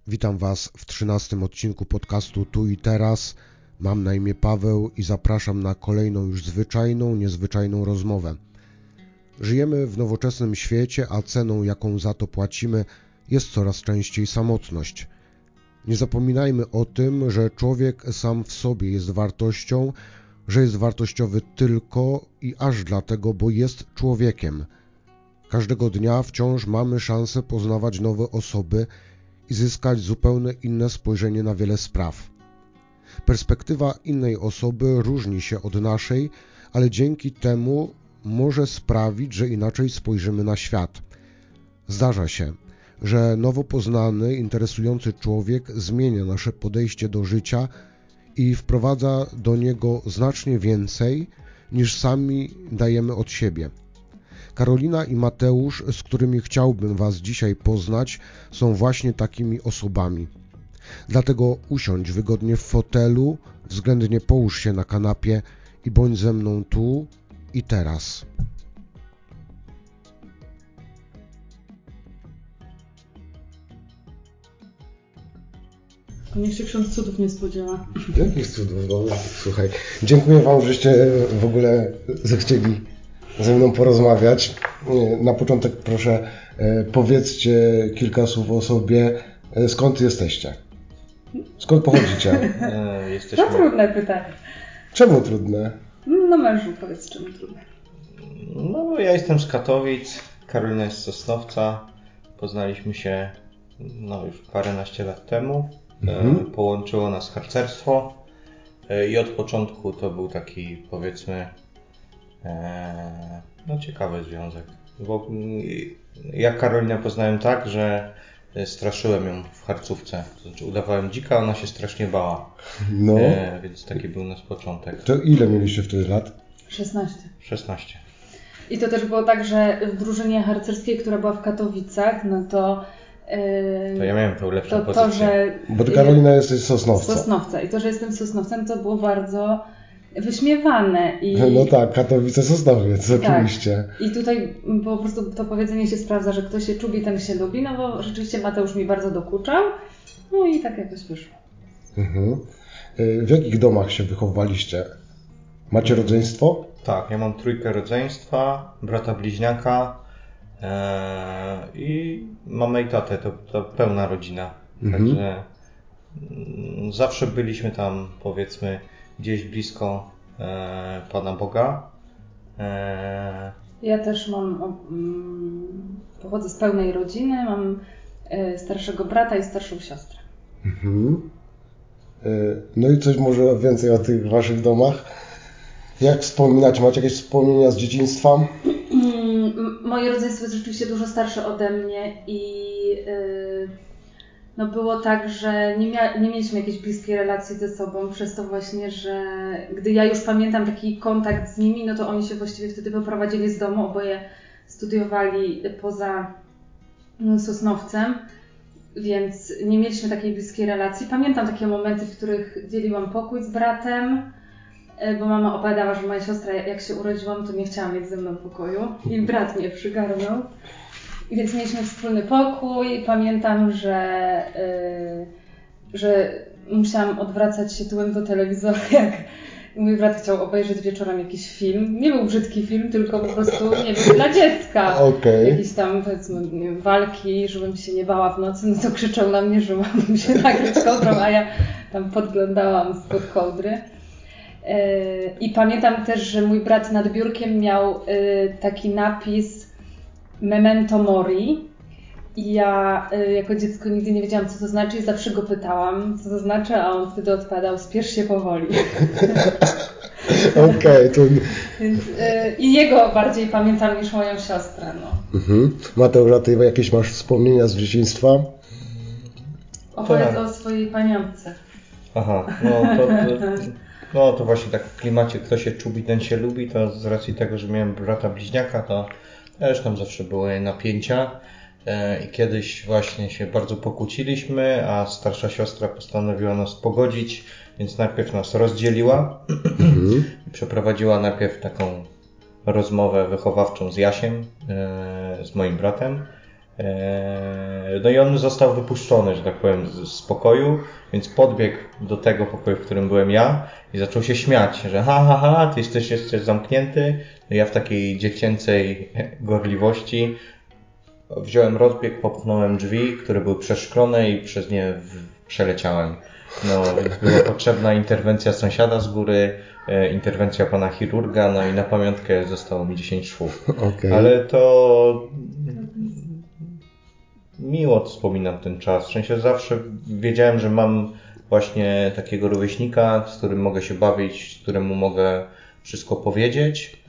Witam Was w 13. odcinku podcastu Tu i Teraz. Mam na imię Paweł i zapraszam na kolejną już zwyczajną, niezwyczajną rozmowę. Żyjemy w nowoczesnym świecie, a ceną, jaką za to płacimy, jest coraz częściej samotność. Nie zapominajmy o tym, że człowiek sam w sobie jest wartością, że jest wartościowy tylko i aż dlatego, bo jest człowiekiem. Każdego dnia wciąż mamy szansę poznawać nowe osoby i zyskać zupełnie inne spojrzenie na wiele spraw. Perspektywa innej osoby różni się od naszej, ale dzięki temu może sprawić, że inaczej spojrzymy na świat. Zdarza się, że nowo poznany, interesujący człowiek zmienia nasze podejście do życia i wprowadza do niego znacznie więcej, niż sami dajemy od siebie. Karolina i Mateusz, z którymi chciałbym Was dzisiaj poznać, są właśnie takimi osobami. Dlatego usiądź wygodnie w fotelu, względnie połóż się na kanapie i bądź ze mną tu i teraz. Niech się ksiądz cudów nie spodziewa. Jakich cudów? No, słuchaj, dziękuję Wam, żeście w ogóle zechcieli ze mną porozmawiać. Na początek proszę powiedzcie kilka słów o sobie. Skąd jesteście? Skąd pochodzicie? To trudne pytanie. Czemu trudne? No mężu, powiedz, czemu trudne. No, ja jestem z Katowic, Karolina jest z Sosnowca. Poznaliśmy się już paręnaście lat temu. Połączyło nas harcerstwo i od początku to był taki, powiedzmy, ciekawy związek. Bo ja Karolinę poznałem tak, że straszyłem ją w harcówce. To znaczy udawałem dzika, ona się strasznie bała. No. Więc taki był nasz początek. To ile mieliście wtedy lat? 16. I to też było tak, że w drużynie harcerskiej, która była w Katowicach, to ja miałem tą lepszą pozycję. Bo ty, Karolina, jesteś z Sosnowca. Sosnowca. I to, że jestem z Sosnowcem, to było bardzo wyśmiewane. No tak, Katowice, Sosnowiec, oczywiście. Tak. I tutaj po prostu to powiedzenie się sprawdza, że kto się czubi, ten się lubi, no bo rzeczywiście Mateusz mi bardzo dokuczał. No i tak jakoś wyszło. W jakich domach się wychowaliście? Macie rodzeństwo? Tak, ja mam 3 rodzeństwa, brata bliźniaka i mamę i tatę, to pełna rodzina. Także zawsze byliśmy tam, powiedzmy, gdzieś blisko Pana Boga. Ja też pochodzę z pełnej rodziny, mam starszego brata i starszą siostrę. No i coś może więcej o tych waszych domach? Jak wspominacie? Macie jakieś wspomnienia z dzieciństwa? Moje rodzeństwo jest rzeczywiście dużo starsze ode mnie i było tak, że nie mieliśmy jakiejś bliskiej relacji ze sobą, przez to właśnie, że gdy ja już pamiętam taki kontakt z nimi, no to oni się właściwie wtedy wyprowadzili z domu, oboje studiowali poza Sosnowcem, więc nie mieliśmy takiej bliskiej relacji. Pamiętam takie momenty, w których dzieliłam pokój z bratem, bo mama opowiadała, że moja siostra, jak się urodziłam, to nie chciała mieć ze mną pokoju i brat mnie przygarnął. Więc mieliśmy wspólny pokój. Pamiętam, że musiałam odwracać się tyłem do telewizora, jak mój brat chciał obejrzeć wieczorem jakiś film. Nie był brzydki film, tylko po prostu, nie wiem, dla dziecka. Jakieś tam, powiedzmy, walki, żebym się nie bała w nocy, no to krzyczał na mnie, że mam się nakryć kołdrą, a ja tam podglądałam spod kołdry. I pamiętam też, że mój brat nad biurkiem miał taki napis Memento Mori i ja jako dziecko nigdy nie wiedziałam, co to znaczy i zawsze go pytałam, co to znaczy, a on wtedy odpowiadał: spiesz się powoli. Więc, i jego bardziej pamiętam niż moją siostrę. Mateusz, a ty jakieś masz wspomnienia z dzieciństwa? Opowiedz o swojej paniance. Aha, to właśnie tak w klimacie kto się czubi, ten się lubi, to z racji tego, że miałem brata bliźniaka, to też tam zawsze były napięcia i kiedyś właśnie się bardzo pokłóciliśmy, a starsza siostra postanowiła nas pogodzić, więc najpierw nas rozdzieliła i przeprowadziła najpierw taką rozmowę wychowawczą z Jasiem, z moim bratem, No i on został wypuszczony, że tak powiem, z pokoju, więc podbiegł do tego pokoju, w którym byłem ja i zaczął się śmiać, że ty jesteś jeszcze zamknięty. No ja w takiej dziecięcej gorliwości wziąłem rozbieg, popchnąłem drzwi, które były przeszklone i przez nie przeleciałem. No, więc była potrzebna interwencja sąsiada z góry, interwencja pana chirurga, no i na pamiątkę zostało mi 10 szwów. Okay. Ale to miło wspominam ten czas. W sensie zawsze wiedziałem, że mam właśnie takiego rówieśnika, z którym mogę się bawić, z któremu mogę wszystko powiedzieć.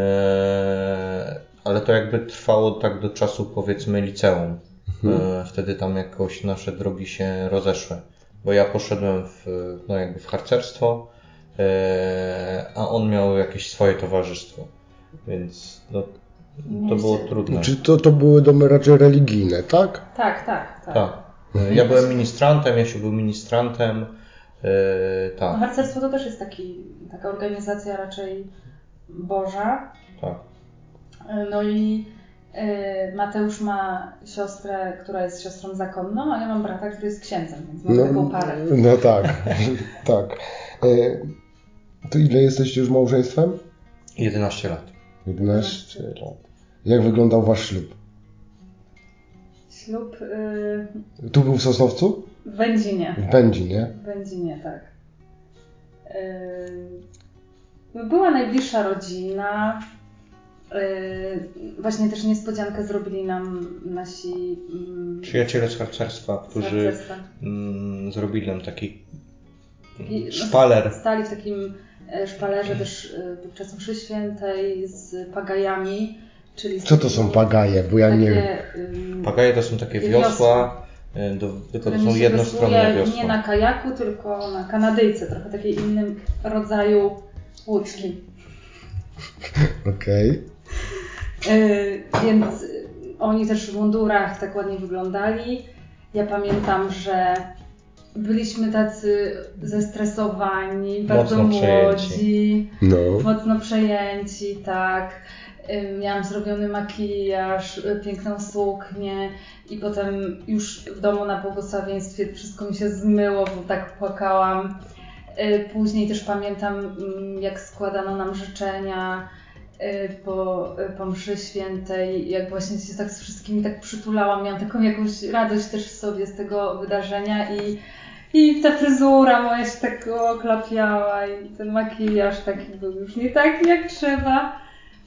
Ale to jakby trwało tak do czasu, powiedzmy, liceum. Wtedy tam jakoś nasze drogi się rozeszły. Bo ja poszedłem w harcerstwo, a on miał jakieś swoje towarzystwo. Więc to było trudne. Czy to były domy raczej religijne, tak? Tak. Ja byłem ministrantem, Jasiu był ministrantem. Tak. No, harcerstwo to też jest taka organizacja raczej boża. Tak. No i Mateusz ma siostrę, która jest siostrą zakonną, a ja mam brata, który jest księdzem, więc mam taką parę. No tak, tak. To ile jesteście już małżeństwem? 11 lat. 11 lat. Jak wyglądał wasz ślub? Ślub... Tu był w Sosnowcu? W Będzinie. W Będzinie? W Będzinie, tak. Była najbliższa rodzina. Właśnie też niespodziankę zrobili nam nasi przyjaciele z harcerstwa, którzy zrobili nam taki szpaler. Stali w takim szpalerze też podczas mszy świętej z pagajami. Czyli co to są pagaje? Bo ja nie wiem. Pagaje to są takie wiosła, tylko to są jednostronne wiosła. Nie na kajaku, tylko na kanadyjce, trochę takiej innym rodzaju łódki. Okej. Więc oni też w mundurach tak ładnie wyglądali. Ja pamiętam, że byliśmy tacy zestresowani, bardzo młodzi, mocno przejęci, tak. Miałam zrobiony makijaż, piękną suknię i potem już w domu na błogosławieństwie wszystko mi się zmyło, bo tak płakałam. Później też pamiętam, jak składano nam życzenia po mszy świętej, jak właśnie się tak z wszystkimi tak przytulałam, miałam taką jakąś radość też w sobie z tego wydarzenia i ta fryzura moja się tak oklapiała i ten makijaż taki był już nie taki jak trzeba.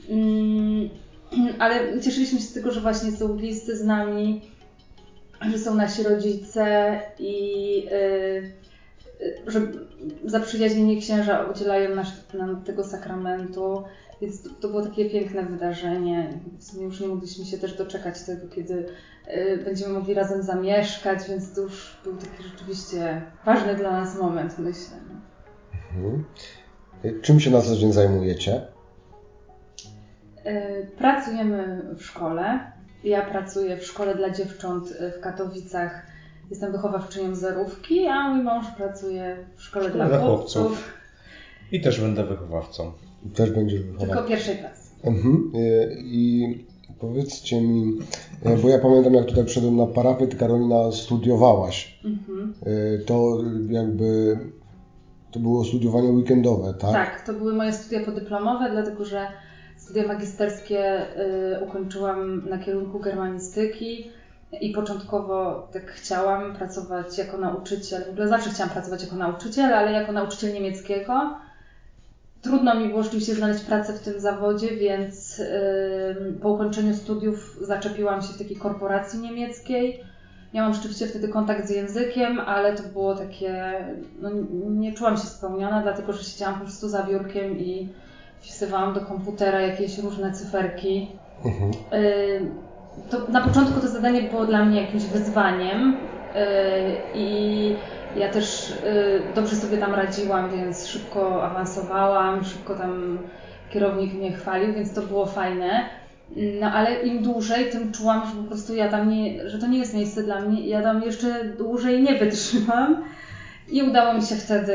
Ale cieszyliśmy się z tego, że właśnie są bliscy z nami, że są nasi rodzice i że zaprzyjaźnieni księża udzielają nam tego sakramentu, więc to było takie piękne wydarzenie. W sumie już nie mogliśmy się też doczekać tego, kiedy będziemy mogli razem zamieszkać, więc to już był taki rzeczywiście ważny dla nas moment, myślę. Czym się na co dzień zajmujecie? Pracujemy w szkole. Ja pracuję w szkole dla dziewcząt w Katowicach. Jestem wychowawczynią zerówki, a mój mąż pracuje w szkole dla chłopców. I też będę wychowawcą. Też będzie wychowawcą. Tylko pierwszej klasy. I powiedzcie mi, bo ja pamiętam, jak tutaj przyszedłem na parafię, ty, Karolina, studiowałaś. To jakby... To było studiowanie weekendowe, tak? Tak, to były moje studia podyplomowe, dlatego że studia magisterskie ukończyłam na kierunku germanistyki i początkowo tak chciałam pracować jako nauczyciel. W ogóle zawsze chciałam pracować jako nauczyciel, ale jako nauczyciel niemieckiego. Trudno mi było oczywiście znaleźć pracę w tym zawodzie, więc po ukończeniu studiów zaczepiłam się w takiej korporacji niemieckiej. Miałam rzeczywiście wtedy kontakt z językiem, ale to było takie, nie czułam się spełniona, dlatego że siedziałam po prostu za biurkiem i wpisywałam do komputera jakieś różne cyferki. To na początku to zadanie było dla mnie jakimś wyzwaniem i ja też dobrze sobie tam radziłam, więc szybko awansowałam, szybko tam kierownik mnie chwalił, więc to było fajne. No ale im dłużej, tym czułam, że po prostu ja tam że to nie jest miejsce dla mnie i ja tam jeszcze dłużej nie wytrzymam. I udało mi się wtedy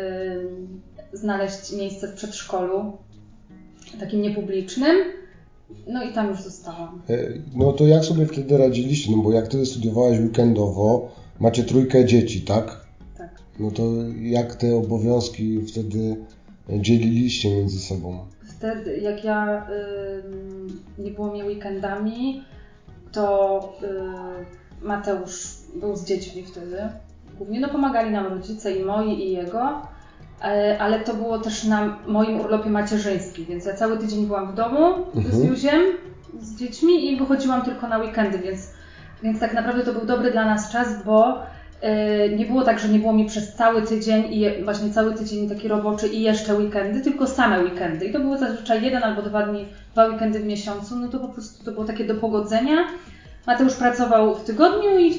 znaleźć miejsce w przedszkolu, takim niepublicznym. No i tam już zostałam. No to jak sobie wtedy radziliście? No bo jak Ty studiowałaś weekendowo, macie 3 dzieci, tak? Tak. No to jak te obowiązki wtedy dzieliliście między sobą? Wtedy, jak ja nie było mnie weekendami, to Mateusz był z dziećmi wtedy. Głównie no, pomagali nam rodzice i moi i jego, ale to było też na moim urlopie macierzyńskim, więc ja cały tydzień byłam w domu z Józiem, z dziećmi i wychodziłam tylko na weekendy, więc tak naprawdę to był dobry dla nas czas, bo nie było tak, że nie było mi przez cały tydzień i właśnie cały tydzień taki roboczy i jeszcze weekendy, tylko same weekendy. I to było zazwyczaj 1 albo 2 dni, 2 weekendy w miesiącu, no to po prostu to było takie do pogodzenia. Mateusz pracował w tygodniu i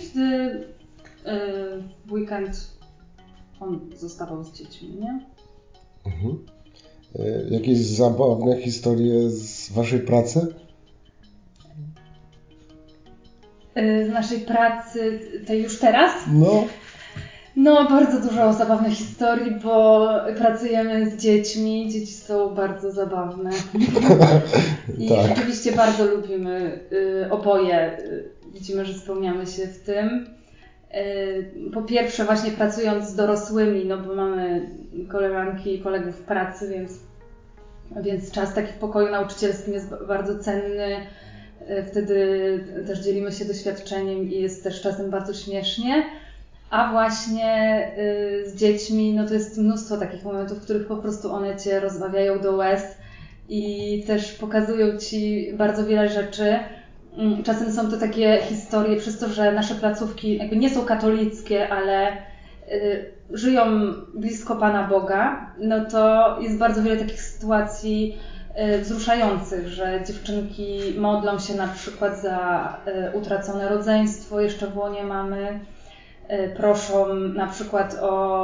w weekend on zostawał z dziećmi, nie? Jakieś zabawne historie z Waszej pracy? Z naszej pracy, tej już teraz? No. No, bardzo dużo zabawnych historii, bo pracujemy z dziećmi. Dzieci są bardzo zabawne. I tak. Rzeczywiście bardzo lubimy oboje. Widzimy, że spełniamy się w tym. Po pierwsze właśnie pracując z dorosłymi, no bo mamy koleżanki i kolegów w pracy, więc czas taki w pokoju nauczycielskim jest bardzo cenny. Wtedy też dzielimy się doświadczeniem i jest też czasem bardzo śmiesznie. A właśnie z dziećmi, no to jest mnóstwo takich momentów, w których po prostu one Cię rozbawiają do łez i też pokazują Ci bardzo wiele rzeczy. Czasem są to takie historie, przez to, że nasze placówki jakby nie są katolickie, ale żyją blisko Pana Boga, no to jest bardzo wiele takich sytuacji wzruszających, że dziewczynki modlą się na przykład za utracone rodzeństwo jeszcze w łonie mamy, proszą na przykład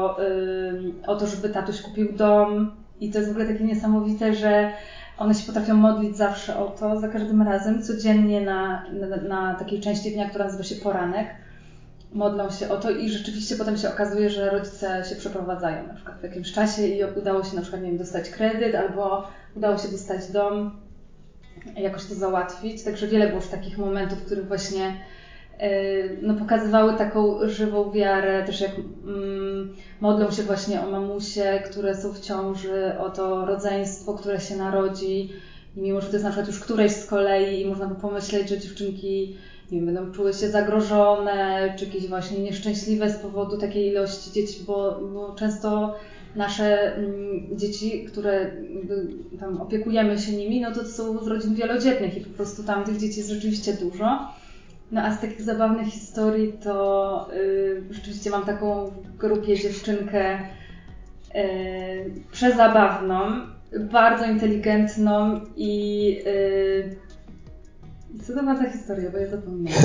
o to, żeby tatuś kupił dom i to jest w ogóle takie niesamowite, że one się potrafią modlić zawsze o to, za każdym razem, codziennie na takiej części dnia, która nazywa się poranek. Modlą się o to i rzeczywiście potem się okazuje, że rodzice się przeprowadzają na przykład w jakimś czasie i udało się na przykład, nie wiem, dostać kredyt albo udało się dostać dom, jakoś to załatwić. Także wiele było już takich momentów, w których właśnie no, pokazywały taką żywą wiarę, też jak modlą się właśnie o mamusie, które są w ciąży, o to rodzeństwo, które się narodzi. I mimo, że to jest na przykład już któreś z kolei i można by pomyśleć, że dziewczynki nie wiem, będą czuły się zagrożone, czy jakieś właśnie nieszczęśliwe z powodu takiej ilości dzieci, bo często nasze dzieci, które tam opiekujemy się nimi, no to są z rodzin wielodzietnych i po prostu tam tych dzieci jest rzeczywiście dużo. No a z takich zabawnych historii to rzeczywiście mam taką w grupie dziewczynkę przezabawną, bardzo inteligentną i co to ma za historia, bo ja zapomniałam.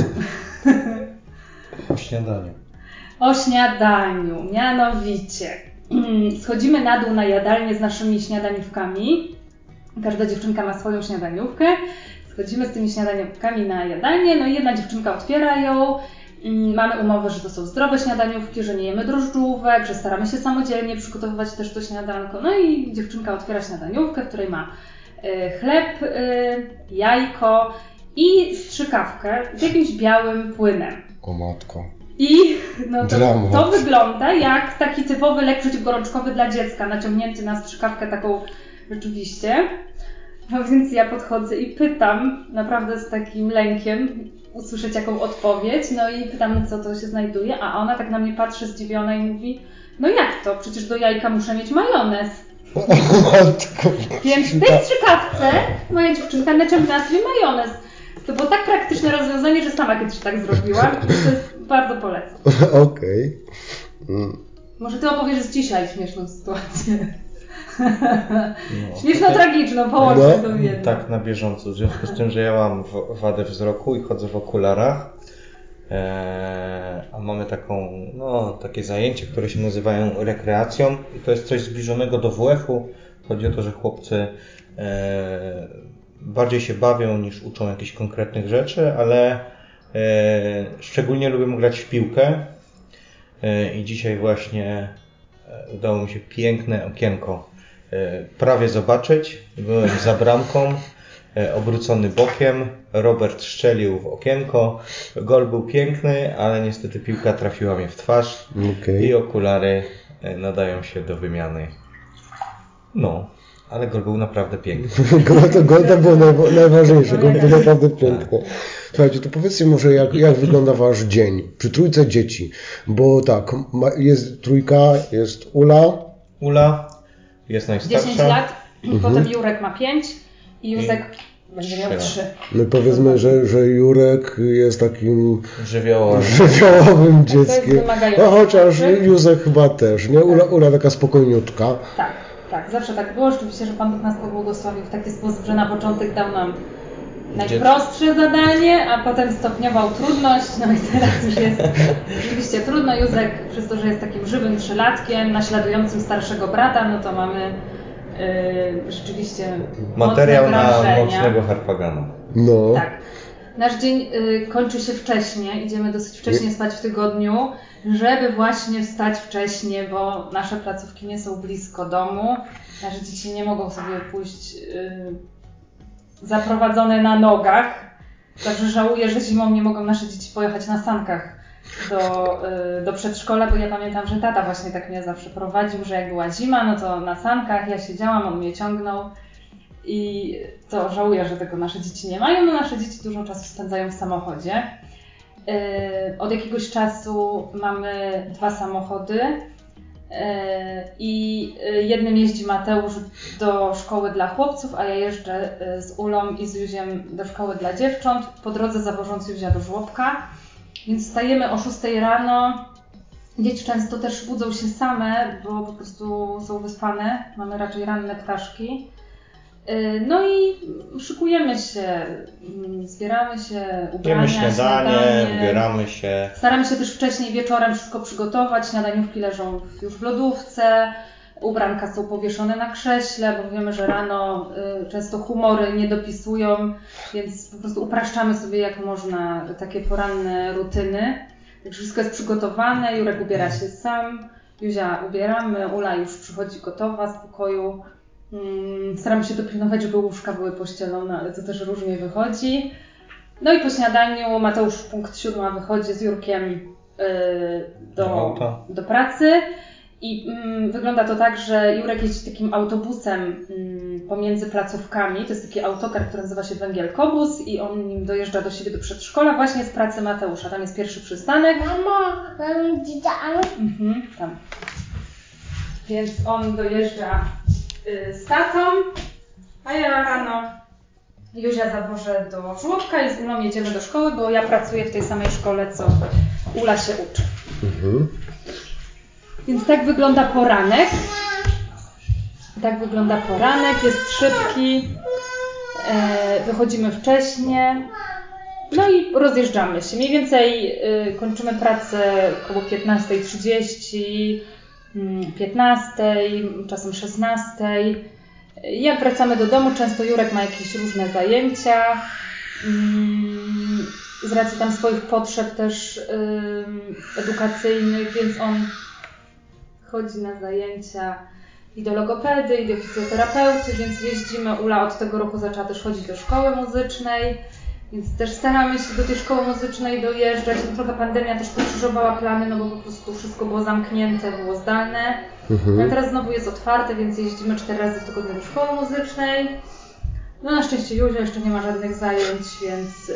O śniadaniu. O śniadaniu, mianowicie. Schodzimy na dół na jadalnię z naszymi śniadaniówkami. Każda dziewczynka ma swoją śniadaniówkę. Schodzimy z tymi śniadaniówkami na jadalnię, no i jedna dziewczynka otwiera ją. Mamy umowę, że to są zdrowe śniadaniówki, że nie jemy drożdżówek, że staramy się samodzielnie przygotowywać też to śniadanko. No i dziewczynka otwiera śniadaniówkę, w której ma chleb, jajko i strzykawkę z jakimś białym płynem. O matko. I no to wygląda jak taki typowy lek przeciwgorączkowy dla dziecka, naciągnięty na strzykawkę taką rzeczywiście. No więc ja podchodzę i pytam, naprawdę z takim lękiem, usłyszeć jaką odpowiedź, no i pytam, co to się znajduje, a ona tak na mnie patrzy zdziwiona i mówi, no jak to, przecież do jajka muszę mieć majonez. Więc w tej strzykawce moja dziewczynka naciągnęła sobie majonez. To było tak praktyczne rozwiązanie, że sama kiedyś tak zrobiłam i to jest bardzo polecam. Okej. Może ty opowiesz z dzisiaj śmieszną sytuację. No, śmieszno-tragiczną, połączę to w jedno. Tak, na bieżąco. W związku z tym, że ja mam wadę wzroku i chodzę w okularach, a mamy takie zajęcie, które się nazywają rekreacją i to jest coś zbliżonego do WF-u. Chodzi o to, że chłopcy bardziej się bawią niż uczą jakichś konkretnych rzeczy, ale szczególnie lubią grać w piłkę i dzisiaj właśnie udało mi się piękne okienko prawie zobaczyć. Byłem za bramką obrócony bokiem, Robert strzelił w okienko, gol był piękny, ale niestety piłka trafiła mnie w twarz i okulary nadają się do wymiany. No, ale gol był naprawdę piękny. Gol to było najważniejsze, gol to naprawdę piękny. Słuchajcie, to powiedzcie może jak wygląda wasz dzień przy trójce dzieci, bo tak, jest trójka, jest Ula jest najstarsza. 10 lat, potem Jurek ma 5 i Józek będzie miał 3. My powiedzmy, że Jurek jest takim dzieckiem. żywiołowym dzieckiem. No chociaż Józek chyba też, nie? Ula taka spokojniutka. Tak, zawsze tak było. Rzeczywiście, że Pan Bóg nas pobłogosławił w taki sposób, że na początek dał nam najprostsze zadanie, a potem stopniował trudność, no i teraz już jest rzeczywiście trudno. Józek, przez to, że jest takim żywym 3-latkiem, naśladującym starszego brata, no to mamy rzeczywiście materiał na mocnego harpagana. No. Tak. Nasz dzień kończy się wcześnie, idziemy dosyć wcześnie spać w tygodniu, żeby właśnie wstać wcześnie, bo nasze placówki nie są blisko domu, nasze dzieci nie mogą sobie pójść zaprowadzone na nogach, także żałuję, że zimą nie mogą nasze dzieci pojechać na sankach do przedszkola, bo ja pamiętam, że tata właśnie tak mnie zawsze prowadził, że jak była zima, no to na sankach ja siedziałam, on mnie ciągnął i to żałuję, że tego nasze dzieci nie mają, no nasze dzieci dużo czasu spędzają w samochodzie. Od jakiegoś czasu mamy 2 samochody i jednym jeździ Mateusz do szkoły dla chłopców, a ja jeżdżę z Ulą i z Józiem do szkoły dla dziewcząt, po drodze zawożąc Józia do żłobka. Więc wstajemy o 6 rano. Dzieci często też budzą się same, bo po prostu są wyspane. Mamy raczej ranne ptaszki. No i szykujemy się, zbieramy się, ubrania, śniadanie, ubieramy się. Staramy się też wcześniej wieczorem wszystko przygotować. Śniadaniówki leżą już w lodówce, ubranka są powieszone na krześle, bo wiemy, że rano często humory nie dopisują, więc po prostu upraszczamy sobie jak można takie poranne rutyny. Także wszystko jest przygotowane, Jurek ubiera się sam, Józia ubieramy, Ula już przychodzi gotowa z pokoju. Staramy się dopilnować, żeby łóżka były pościelone, ale to też różnie wychodzi. No i po śniadaniu Mateusz punkt 7 wychodzi z Jurkiem do pracy i wygląda to tak, że Jurek jeździ takim autobusem pomiędzy placówkami. To jest taki autokar, który nazywa się Węgielkobus i on nim dojeżdża do siebie do przedszkola właśnie z pracy Mateusza. Tam jest pierwszy przystanek. Mamo, tam. Więc on dojeżdża z tatą, a ja rano Józia zawożę do żłobka i z Ulą jedziemy do szkoły, bo ja pracuję w tej samej szkole, co Ula się uczy. Więc tak wygląda poranek. Jest szybki, wychodzimy wcześnie, no i rozjeżdżamy się. Mniej więcej kończymy pracę około 15:30, 15:00, czasem 16:00. Jak wracamy do domu, często Jurek ma jakieś różne zajęcia. Z racji tam swoich potrzeb też edukacyjnych, więc on chodzi na zajęcia i do logopedy, i do fizjoterapeuty, więc jeździmy. Ula od tego roku zaczęła też chodzić do szkoły muzycznej, więc też staramy się do tej szkoły muzycznej dojeżdżać. Trochę pandemia też pokrzyżowała plany, no bo po prostu wszystko było zamknięte, było zdalne. A teraz znowu jest otwarte, więc jeździmy 4 razy w tygodniu do szkoły muzycznej. No na szczęście Józia jeszcze nie ma żadnych zajęć, więc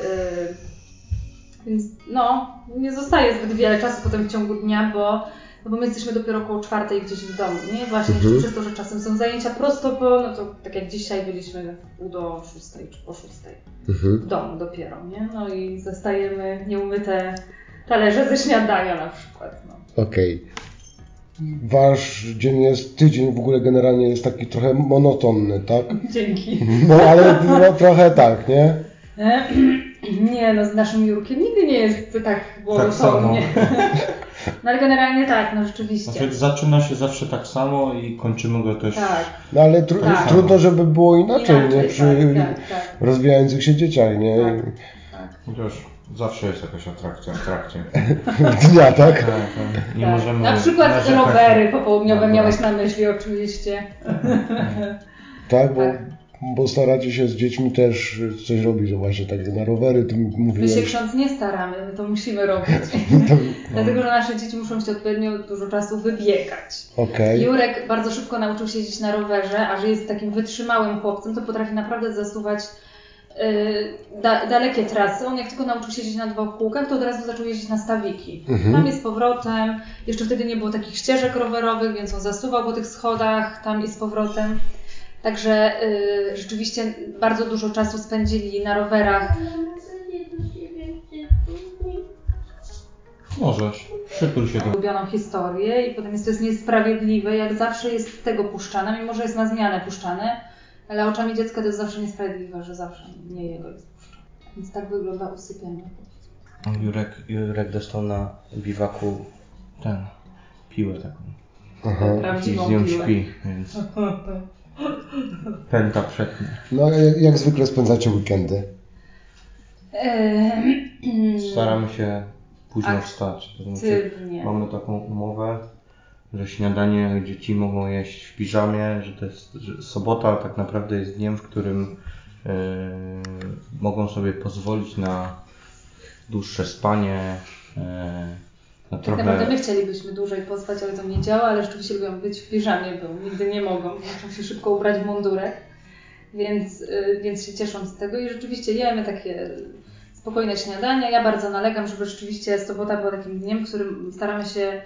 no nie zostaje zbyt wiele czasu potem w ciągu dnia, bo my jesteśmy dopiero około 4:00 gdzieś w domu, nie? Właśnie jeszcze przez to, że czasem są zajęcia prosto po, no to tak jak dzisiaj byliśmy w do 6:00 czy po 6:00 w domu dopiero, nie? No i zostajemy nieumyte talerze ze śniadania na przykład, no. Okej. Wasz tydzień w ogóle generalnie jest taki trochę monotonny, tak? Dzięki. No ale trochę tak, nie? Nie, no z naszym Jurkiem nigdy nie jest tak monotonnie. No ale generalnie tak, no rzeczywiście. Znaczy, zaczyna się zawsze tak samo i kończymy go też. Tak. No ale trudno, żeby było inaczej, nie? Przy tak. rozwijających się dzieciach, nie? Tak. Wiesz, zawsze jest jakaś atrakcja w trakcie. Dnia, tak? Nie możemy na przykład rowery popołudniowe miałeś na myśli oczywiście. Tak, bo Bo staracie się z dziećmi też coś robić, właśnie tak na rowery, ty mówiłeś... My się ksiądz nie staramy, my to musimy robić. Dlatego, że nasze dzieci muszą się odpowiednio dużo czasu wybiegać. Okay. Jurek bardzo szybko nauczył się jeździć na rowerze, a że jest takim wytrzymałym chłopcem, to potrafi naprawdę zasuwać dalekie trasy. On jak tylko nauczył się jeździć na 2 kółkach, to od razu zaczął jeździć na stawiki. Tam jest z powrotem. Jeszcze wtedy nie było takich ścieżek rowerowych, więc on zasuwał po tych schodach, tam i z powrotem. Także rzeczywiście bardzo dużo czasu spędzili na rowerach. Możesz, przytul się do... Ulubioną historię i potem to jest niesprawiedliwe, jak zawsze jest z tego puszczane, mimo że jest na zmianę puszczane, ale oczami dziecka to jest zawsze niesprawiedliwe, że zawsze nie jego jest puszczane. Więc tak wygląda usypianie. Jurek dostał na biwaku piłę taką. Prawdziwą i z nią piłę. Śpi, więc pęta przednia. No jak zwykle spędzacie weekendy? Staramy się późno wstać. To znaczy, mamy taką umowę, że śniadanie dzieci mogą jeść w piżamie, że sobota tak naprawdę jest dniem, w którym mogą sobie pozwolić na dłuższe spanie. Tak naprawdę my chcielibyśmy dłużej pospać, ale to nie działa, ale rzeczywiście lubią być w piżamie, bo nigdy nie mogą. Muszą się szybko ubrać w mundurek, więc się cieszą z tego i rzeczywiście jemy takie spokojne śniadania. Ja bardzo nalegam, żeby rzeczywiście sobota była takim dniem, w którym staramy się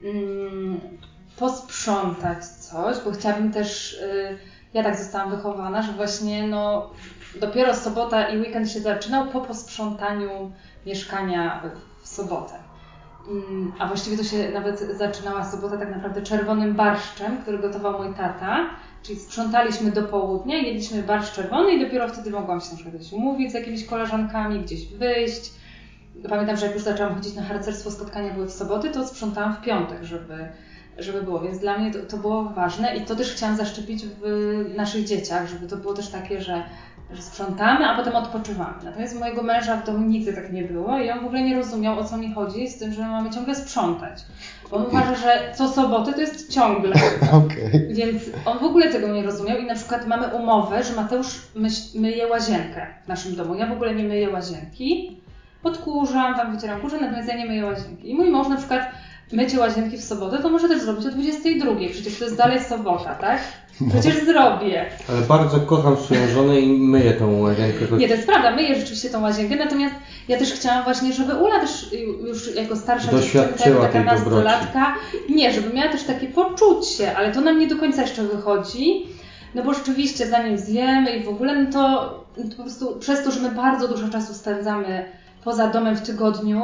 posprzątać coś, bo chciałabym też, ja tak zostałam wychowana, że właśnie dopiero sobota i weekend się zaczynał po posprzątaniu mieszkania w sobotę. A właściwie to się nawet zaczynała sobota tak naprawdę czerwonym barszczem, który gotował mój tata. Czyli sprzątaliśmy do południa, jedliśmy barszcz czerwony i dopiero wtedy mogłam się na przykład gdzieś umówić z jakimiś koleżankami, gdzieś wyjść. Pamiętam, że jak już zaczęłam chodzić na harcerstwo, spotkania były w soboty, to sprzątałam w piątek, żeby było. Więc dla mnie to było ważne i to też chciałam zaszczepić w naszych dzieciach, żeby to było też takie, że sprzątamy, a potem odpoczywamy. Natomiast u mojego męża w domu nigdy tak nie było i on w ogóle nie rozumiał, o co mi chodzi z tym, że mamy ciągle sprzątać. Bo on uważa, że co soboty to jest ciągle. Okay. Więc on w ogóle tego nie rozumiał i na przykład mamy umowę, że Mateusz myje łazienkę w naszym domu. Ja w ogóle nie myję łazienki. Odkurzam, tam wycieram kurze, natomiast ja nie myję łazienki. I mój mąż na przykład mycie łazienki w sobotę, to może też zrobić o 22. Przecież to jest dalej sobota, tak? Przecież zrobię. Ale bardzo kocham swoją żonę i myję tą łazienkę. Nie, to jest prawda, myję rzeczywiście tą łazienkę, natomiast ja też chciałam właśnie, żeby Ula też już jako starsza dziewczynka, jako taka nastolatka, nie, żeby miała też takie poczucie, ale to nam nie do końca jeszcze wychodzi, no bo rzeczywiście zanim zjemy i w ogóle, no to po prostu przez to, że my bardzo dużo czasu spędzamy poza domem w tygodniu,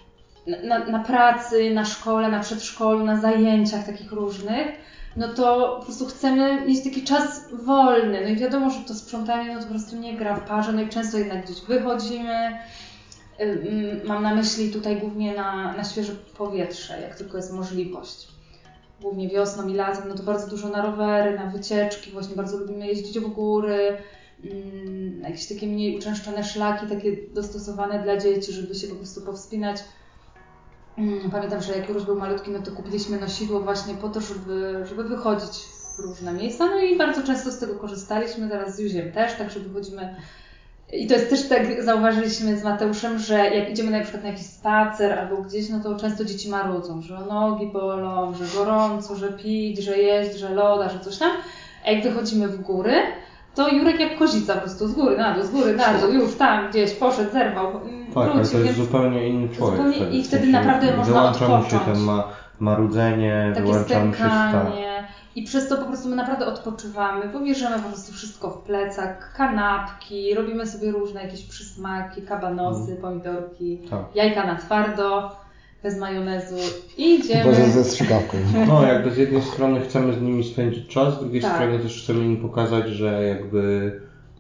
na pracy, na szkole, na przedszkolu, na zajęciach takich różnych, no to po prostu chcemy mieć taki czas wolny. No i wiadomo, że to sprzątanie no to po prostu nie gra w parze, no i często jednak gdzieś wychodzimy. Mam na myśli tutaj głównie na świeże powietrze, jak tylko jest możliwość. Głównie wiosną i latem, no to bardzo dużo na rowery, na wycieczki, właśnie bardzo lubimy jeździć w góry, na jakieś takie mniej uczęszczone szlaki, takie dostosowane dla dzieci, żeby się po prostu powspinać. Pamiętam, że jak Juruś był malutki, no to kupiliśmy nosidło właśnie po to, żeby wychodzić w różne miejsca, no i bardzo często z tego korzystaliśmy, teraz z Juziem też, tak że wychodzimy. I to jest też tak, zauważyliśmy z Mateuszem, że jak idziemy na przykład na jakiś spacer albo gdzieś, no to często dzieci marudzą, że nogi bolą, że gorąco, że pić, że jeść, że loda, że coś tam. A jak wychodzimy w góry, to Jurek jak kozica po prostu z góry na dół, już tam gdzieś poszedł, zerwał, tak, wrócił. Ale to jest zupełnie inny człowiek. Zupełnie, i wtedy naprawdę można odpocząć. Wyłącza mu się to marudzenie, wyłącza mu się i przez to po prostu my naprawdę odpoczywamy, bo bierzemy po prostu wszystko w plecak, kanapki, robimy sobie różne jakieś przysmaki, kabanosy, pomidorki, jajka na twardo, bez majonezu i idziemy. Ze strzykawką. No jakby z jednej strony chcemy z nimi spędzić czas, z drugiej strony też chcemy im pokazać, że jakby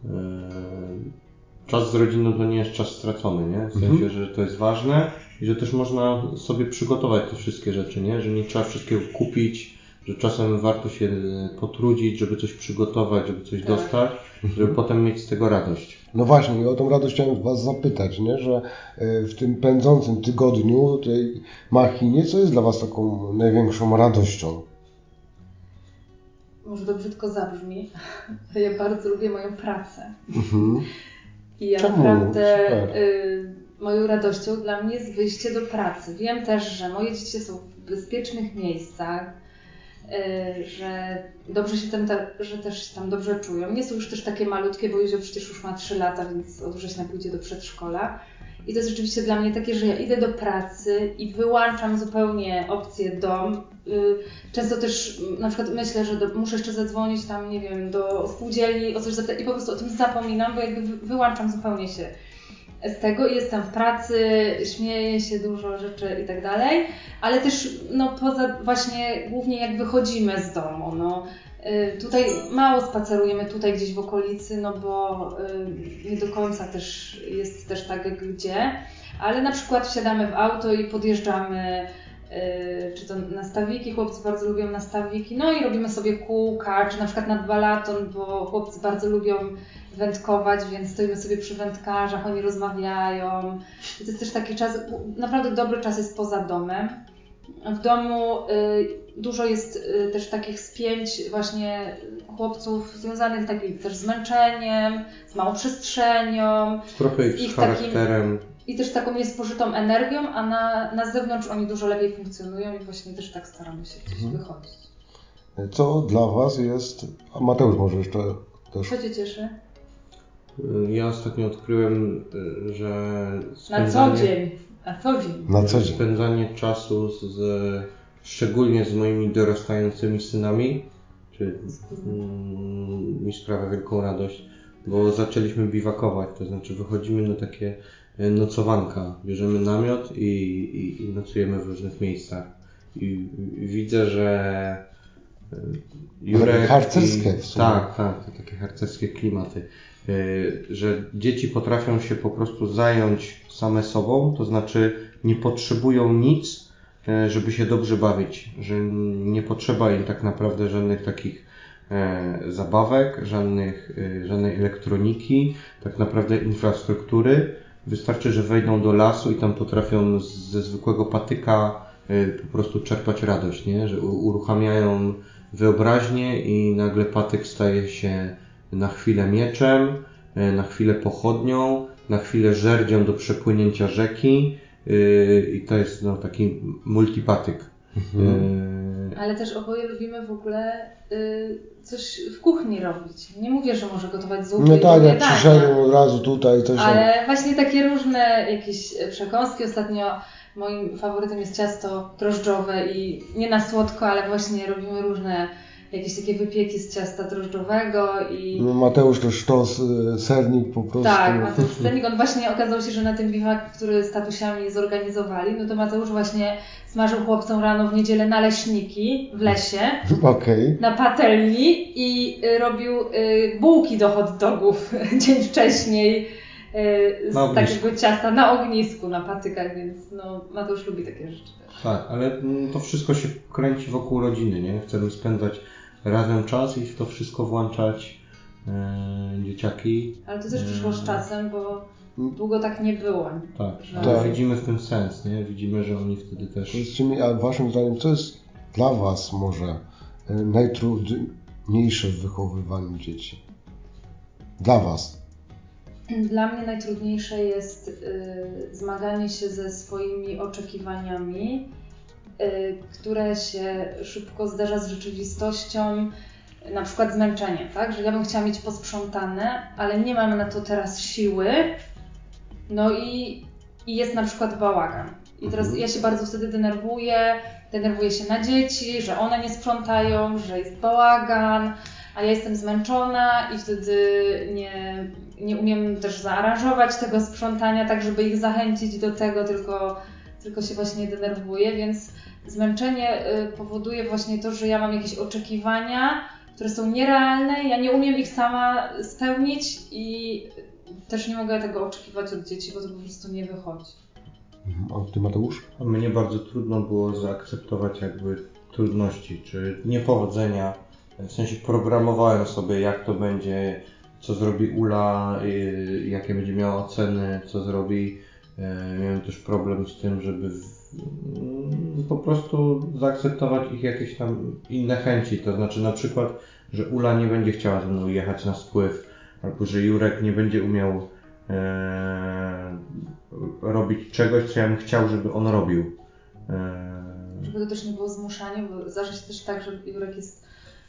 czas z rodziną to nie jest czas stracony, nie? W sensie, że to jest ważne i że też można sobie przygotować te wszystkie rzeczy, nie? Że nie trzeba wszystkiego kupić, że czasem warto się potrudzić, żeby coś przygotować, żeby coś dostać, żeby potem mieć z tego radość. No właśnie, i o tą radość chciałem Was zapytać, nie? Że w tym pędzącym tygodniu tej machinie, co jest dla Was taką największą radością? może to brzydko zabrzmi, ale ja bardzo lubię moją pracę. I ja Czemu? naprawdę moją radością dla mnie jest wyjście do pracy. Wiem też, że moje dzieci są w bezpiecznych miejscach, że dobrze się tam, że też się tam dobrze czują. Nie są już też takie malutkie, bo Józio przecież już ma 3 lata, więc od września pójdzie do przedszkola. I to jest rzeczywiście dla mnie takie, że ja idę do pracy i wyłączam zupełnie opcję dom. Często też na przykład myślę, że muszę jeszcze zadzwonić tam, nie wiem, do spółdzielni o coś zapytać i po prostu o tym zapominam, bo jakby wyłączam zupełnie się z tego i jestem w pracy, śmieję się, dużo rzeczy i tak dalej, ale też no poza właśnie głównie jak wychodzimy z domu, no tutaj mało spacerujemy tutaj gdzieś w okolicy, no bo nie do końca też jest też tak gdzie, ale na przykład wsiadamy w auto i podjeżdżamy czy to nastawiki, chłopcy bardzo lubią nastawiki, no i robimy sobie kółka, czy na przykład nad balaton, bo chłopcy bardzo lubią wędkować, więc stoimy sobie przy wędkarzach, oni rozmawiają. I to jest też taki czas, naprawdę dobry czas jest poza domem. W domu dużo jest też takich spięć właśnie chłopców związanych takim też zmęczeniem, z małą przestrzenią, trochę ich charakterem. I też taką niespożytą energią, a na zewnątrz oni dużo lepiej funkcjonują i właśnie też tak staramy się gdzieś wychodzić. Co dla Was jest... A Mateusz może jeszcze też... Co Cię cieszy? Ja ostatnio odkryłem, że Na co dzień. Spędzanie czasu szczególnie z moimi dorastającymi synami mi sprawia wielką radość, bo zaczęliśmy biwakować, to znaczy wychodzimy na takie nocowanka, bierzemy namiot i nocujemy w różnych miejscach. I widzę, że Jurek harcerskie w sumie. Tak, to takie harcerskie klimaty. Że dzieci potrafią się po prostu zająć same sobą, to znaczy nie potrzebują nic, żeby się dobrze bawić, że nie potrzeba im tak naprawdę żadnych takich zabawek, żadnej elektroniki, tak naprawdę infrastruktury. Wystarczy, że wejdą do lasu i tam potrafią ze zwykłego patyka po prostu czerpać radość, nie? Że uruchamiają wyobraźnię i nagle patyk staje się na chwilę mieczem, na chwilę pochodnią, na chwilę żerdzią do przepłynięcia rzeki i to jest no, taki multipatyk. Ale też oboje lubimy w ogóle coś w kuchni robić. Nie mówię, że może gotować zupy. No tak, jak przyszedłem od razu tutaj coś. Ale właśnie takie różne jakieś przekąski. Ostatnio moim faworytem jest ciasto drożdżowe i nie na słodko, ale właśnie robimy różne jakieś takie wypieki z ciasta drożdżowego i... No Mateusz to sztos, sernik po prostu. Tak, Mateusz sernik. On właśnie okazało się, że na tym biwaku, który z tatusiami zorganizowali, no to Mateusz właśnie smażył chłopcom rano w niedzielę naleśniki w lesie, na patelni i robił bułki do hot dogów dzień wcześniej z takiego ciasta na ognisku, na patykach, więc no Mateusz lubi takie rzeczy też. Tak, ale to wszystko się kręci wokół rodziny, nie? Chcemy spędzać razem czas i w to wszystko włączać dzieciaki. Ale to też przyszło z czasem, bo długo tak nie było. Tak, ale widzimy w tym sens, nie? Widzimy, że oni wtedy też... Powiedzcie mi, a waszym zdaniem, co jest dla Was może najtrudniejsze w wychowywaniu dzieci? Dla Was? Dla mnie najtrudniejsze jest zmaganie się ze swoimi oczekiwaniami, które się szybko zderza z rzeczywistością, na przykład zmęczenie, tak? Że ja bym chciała mieć posprzątane, ale nie mam na to teraz siły, no i jest na przykład bałagan. I teraz ja się bardzo wtedy denerwuję się na dzieci, że one nie sprzątają, że jest bałagan, a ja jestem zmęczona i wtedy nie umiem też zaaranżować tego sprzątania tak, żeby ich zachęcić do tego, tylko się właśnie denerwuję, więc zmęczenie powoduje właśnie to, że ja mam jakieś oczekiwania, które są nierealne, ja nie umiem ich sama spełnić i też nie mogę tego oczekiwać od dzieci, bo to po prostu nie wychodzi. A Ty, Mateusz? A mnie bardzo trudno było zaakceptować jakby trudności, czy niepowodzenia. W sensie programowałem sobie, jak to będzie, co zrobi Ula, jakie będzie miała oceny, co zrobi. Miałem też problem z tym, żeby po prostu zaakceptować ich jakieś tam inne chęci. To znaczy na przykład że Ula nie będzie chciała ze mną jechać na spływ, albo że Jurek nie będzie umiał robić czegoś, co ja bym chciał, żeby on robił. Żeby to też nie było zmuszanie, bo zdarza się też tak, że Jurek jest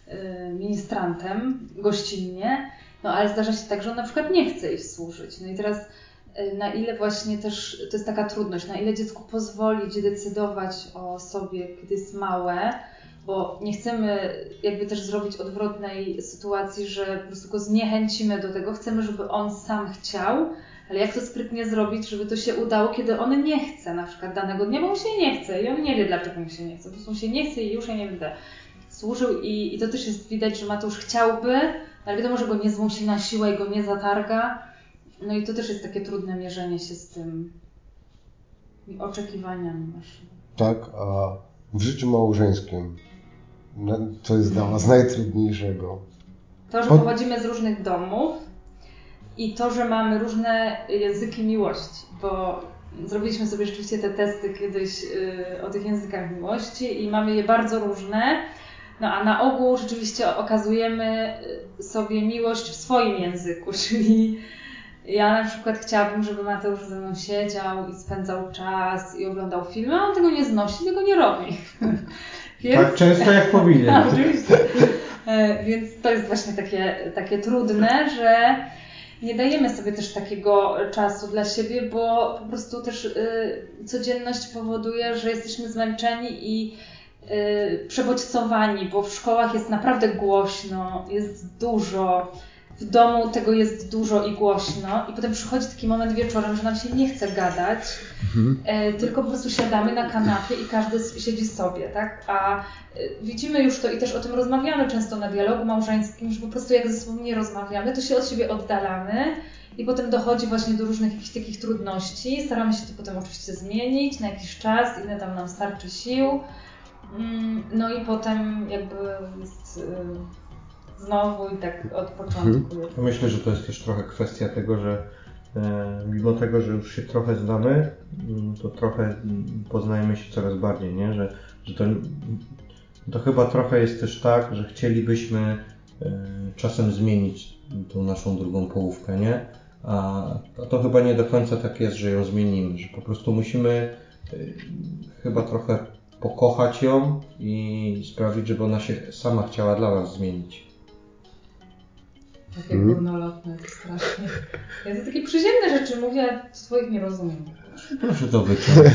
ministrantem gościnnie, no ale zdarza się tak, że on na przykład nie chce iść służyć. No i teraz na ile właśnie też, to jest taka trudność, na ile dziecku pozwolić decydować o sobie, kiedy jest małe, bo nie chcemy jakby też zrobić odwrotnej sytuacji, że po prostu go zniechęcimy do tego, chcemy, żeby on sam chciał, ale jak to sprytnie zrobić, żeby to się udało, kiedy on nie chce na przykład danego dnia, bo mu się nie chce i on nie wie, dlaczego mu się nie chce, po prostu mu się nie chce i już ja nie będę służył i to też jest widać, że Mateusz chciałby, ale wiadomo, że go nie zmusi na siłę i go nie zatarga. No i to też jest takie trudne mierzenie się z tym oczekiwaniami naszymi. Tak, a w życiu małżeńskim co jest dla Was najtrudniejszego? To, że pochodzimy z różnych domów i to, że mamy różne języki miłości, bo zrobiliśmy sobie rzeczywiście te testy kiedyś o tych językach miłości i mamy je bardzo różne, no a na ogół rzeczywiście okazujemy sobie miłość w swoim języku, czyli ja na przykład chciałabym, żeby Mateusz ze mną siedział i spędzał czas i oglądał filmy, a on tego nie znosi, tego nie robi. Więc... Tak często jak powinien. Oczywiście. Więc to jest właśnie takie trudne, że nie dajemy sobie też takiego czasu dla siebie, bo po prostu też codzienność powoduje, że jesteśmy zmęczeni i przebodźcowani, bo w szkołach jest naprawdę głośno, jest dużo. W domu tego jest dużo i głośno i potem przychodzi taki moment wieczorem, że nam się nie chce gadać, tylko po prostu siadamy na kanapie i każdy siedzi sobie, tak? A widzimy już to i też o tym rozmawiamy często na dialogu małżeńskim, że po prostu jak ze sobą nie rozmawiamy, to się od siebie oddalamy i potem dochodzi właśnie do różnych jakichś takich trudności. Staramy się to potem oczywiście zmienić na jakiś czas, ile tam nam starczy sił. No i potem jakby jest... znowu i tak od początku. Myślę, że to jest też trochę kwestia tego, że mimo tego, że już się trochę znamy, to trochę poznajemy się coraz bardziej, nie? Że to chyba trochę jest też tak, że chcielibyśmy czasem zmienić tą naszą drugą połówkę, nie? A to chyba nie do końca tak jest, że ją zmienimy, że po prostu musimy chyba trochę pokochać ją i sprawić, żeby ona się sama chciała dla nas zmienić. Takie górnolotne, to strasznie. Ja to takie przyziemne rzeczy mówię, a swoich nie rozumiem. Proszę to wyciągnąć.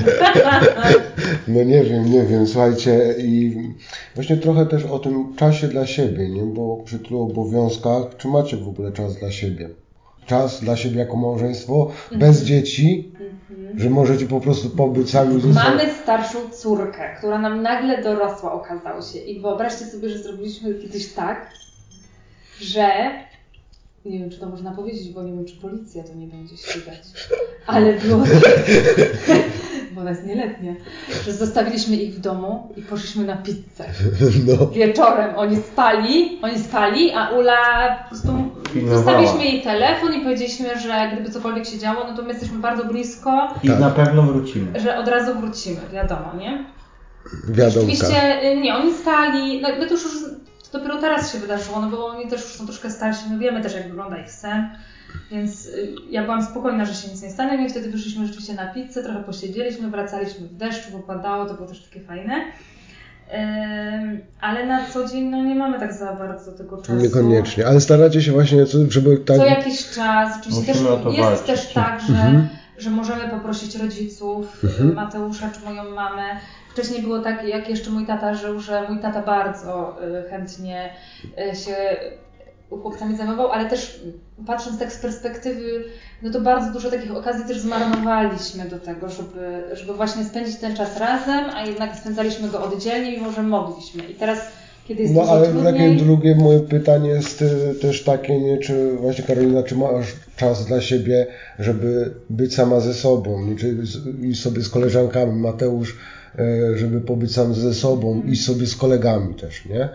No nie wiem, słuchajcie, i właśnie trochę też o tym czasie dla siebie, nie? Bo przy tylu obowiązkach, czy macie w ogóle czas dla siebie? Czas dla siebie jako małżeństwo, bez dzieci, że możecie po prostu pobyć sami ze sobą. Mamy starszą córkę, która nam nagle dorosła, okazało się. I wyobraźcie sobie, że zrobiliśmy kiedyś tak, że nie wiem, czy to można powiedzieć, bo nie wiem, czy policja to nie będzie ścigać. Ale było tak, bo ona jest nieletnia, że zostawiliśmy ich w domu i poszliśmy na pizzę. No. Wieczorem oni spali, a Ula po prostu zostawiliśmy jej telefon i powiedzieliśmy, że gdyby cokolwiek się działo, no to my jesteśmy bardzo blisko. I na pewno wrócimy. Że od razu wrócimy, wiadomo, nie? Wiadomka. Oczywiście nie, oni spali, no to już dopiero teraz się wydarzyło, no bo oni też już są troszkę starsi, my wiemy też jak wygląda ich sen, więc ja byłam spokojna, że się nic nie stanie, no i wtedy wyszliśmy rzeczywiście na pizzę, trochę posiedzieliśmy, wracaliśmy w deszczu, bo padało, to było też takie fajne, ale na co dzień no nie mamy tak za bardzo tego czasu. Niekoniecznie, ale staracie się właśnie, żeby tak... Co jakiś czas, oczywiście też jest też tak, że możemy poprosić rodziców, Mateusza czy moją mamę. Wcześniej było tak, jak jeszcze mój tata żył, że mój tata bardzo chętnie się chłopcami zajmował, ale też patrząc tak z perspektywy, no to bardzo dużo takich okazji też zmarnowaliśmy do tego, żeby właśnie spędzić ten czas razem, a jednak spędzaliśmy go oddzielnie, mimo że mogliśmy. I teraz, kiedy jest dużo trudniej... No ale takie drugie moje pytanie jest też takie, nie, czy właśnie Karolina, czy masz czas dla siebie, żeby być sama ze sobą, nie, czy i sobie z koleżankami, Mateusz, żeby pobyć sam ze sobą i sobie z kolegami też, nie?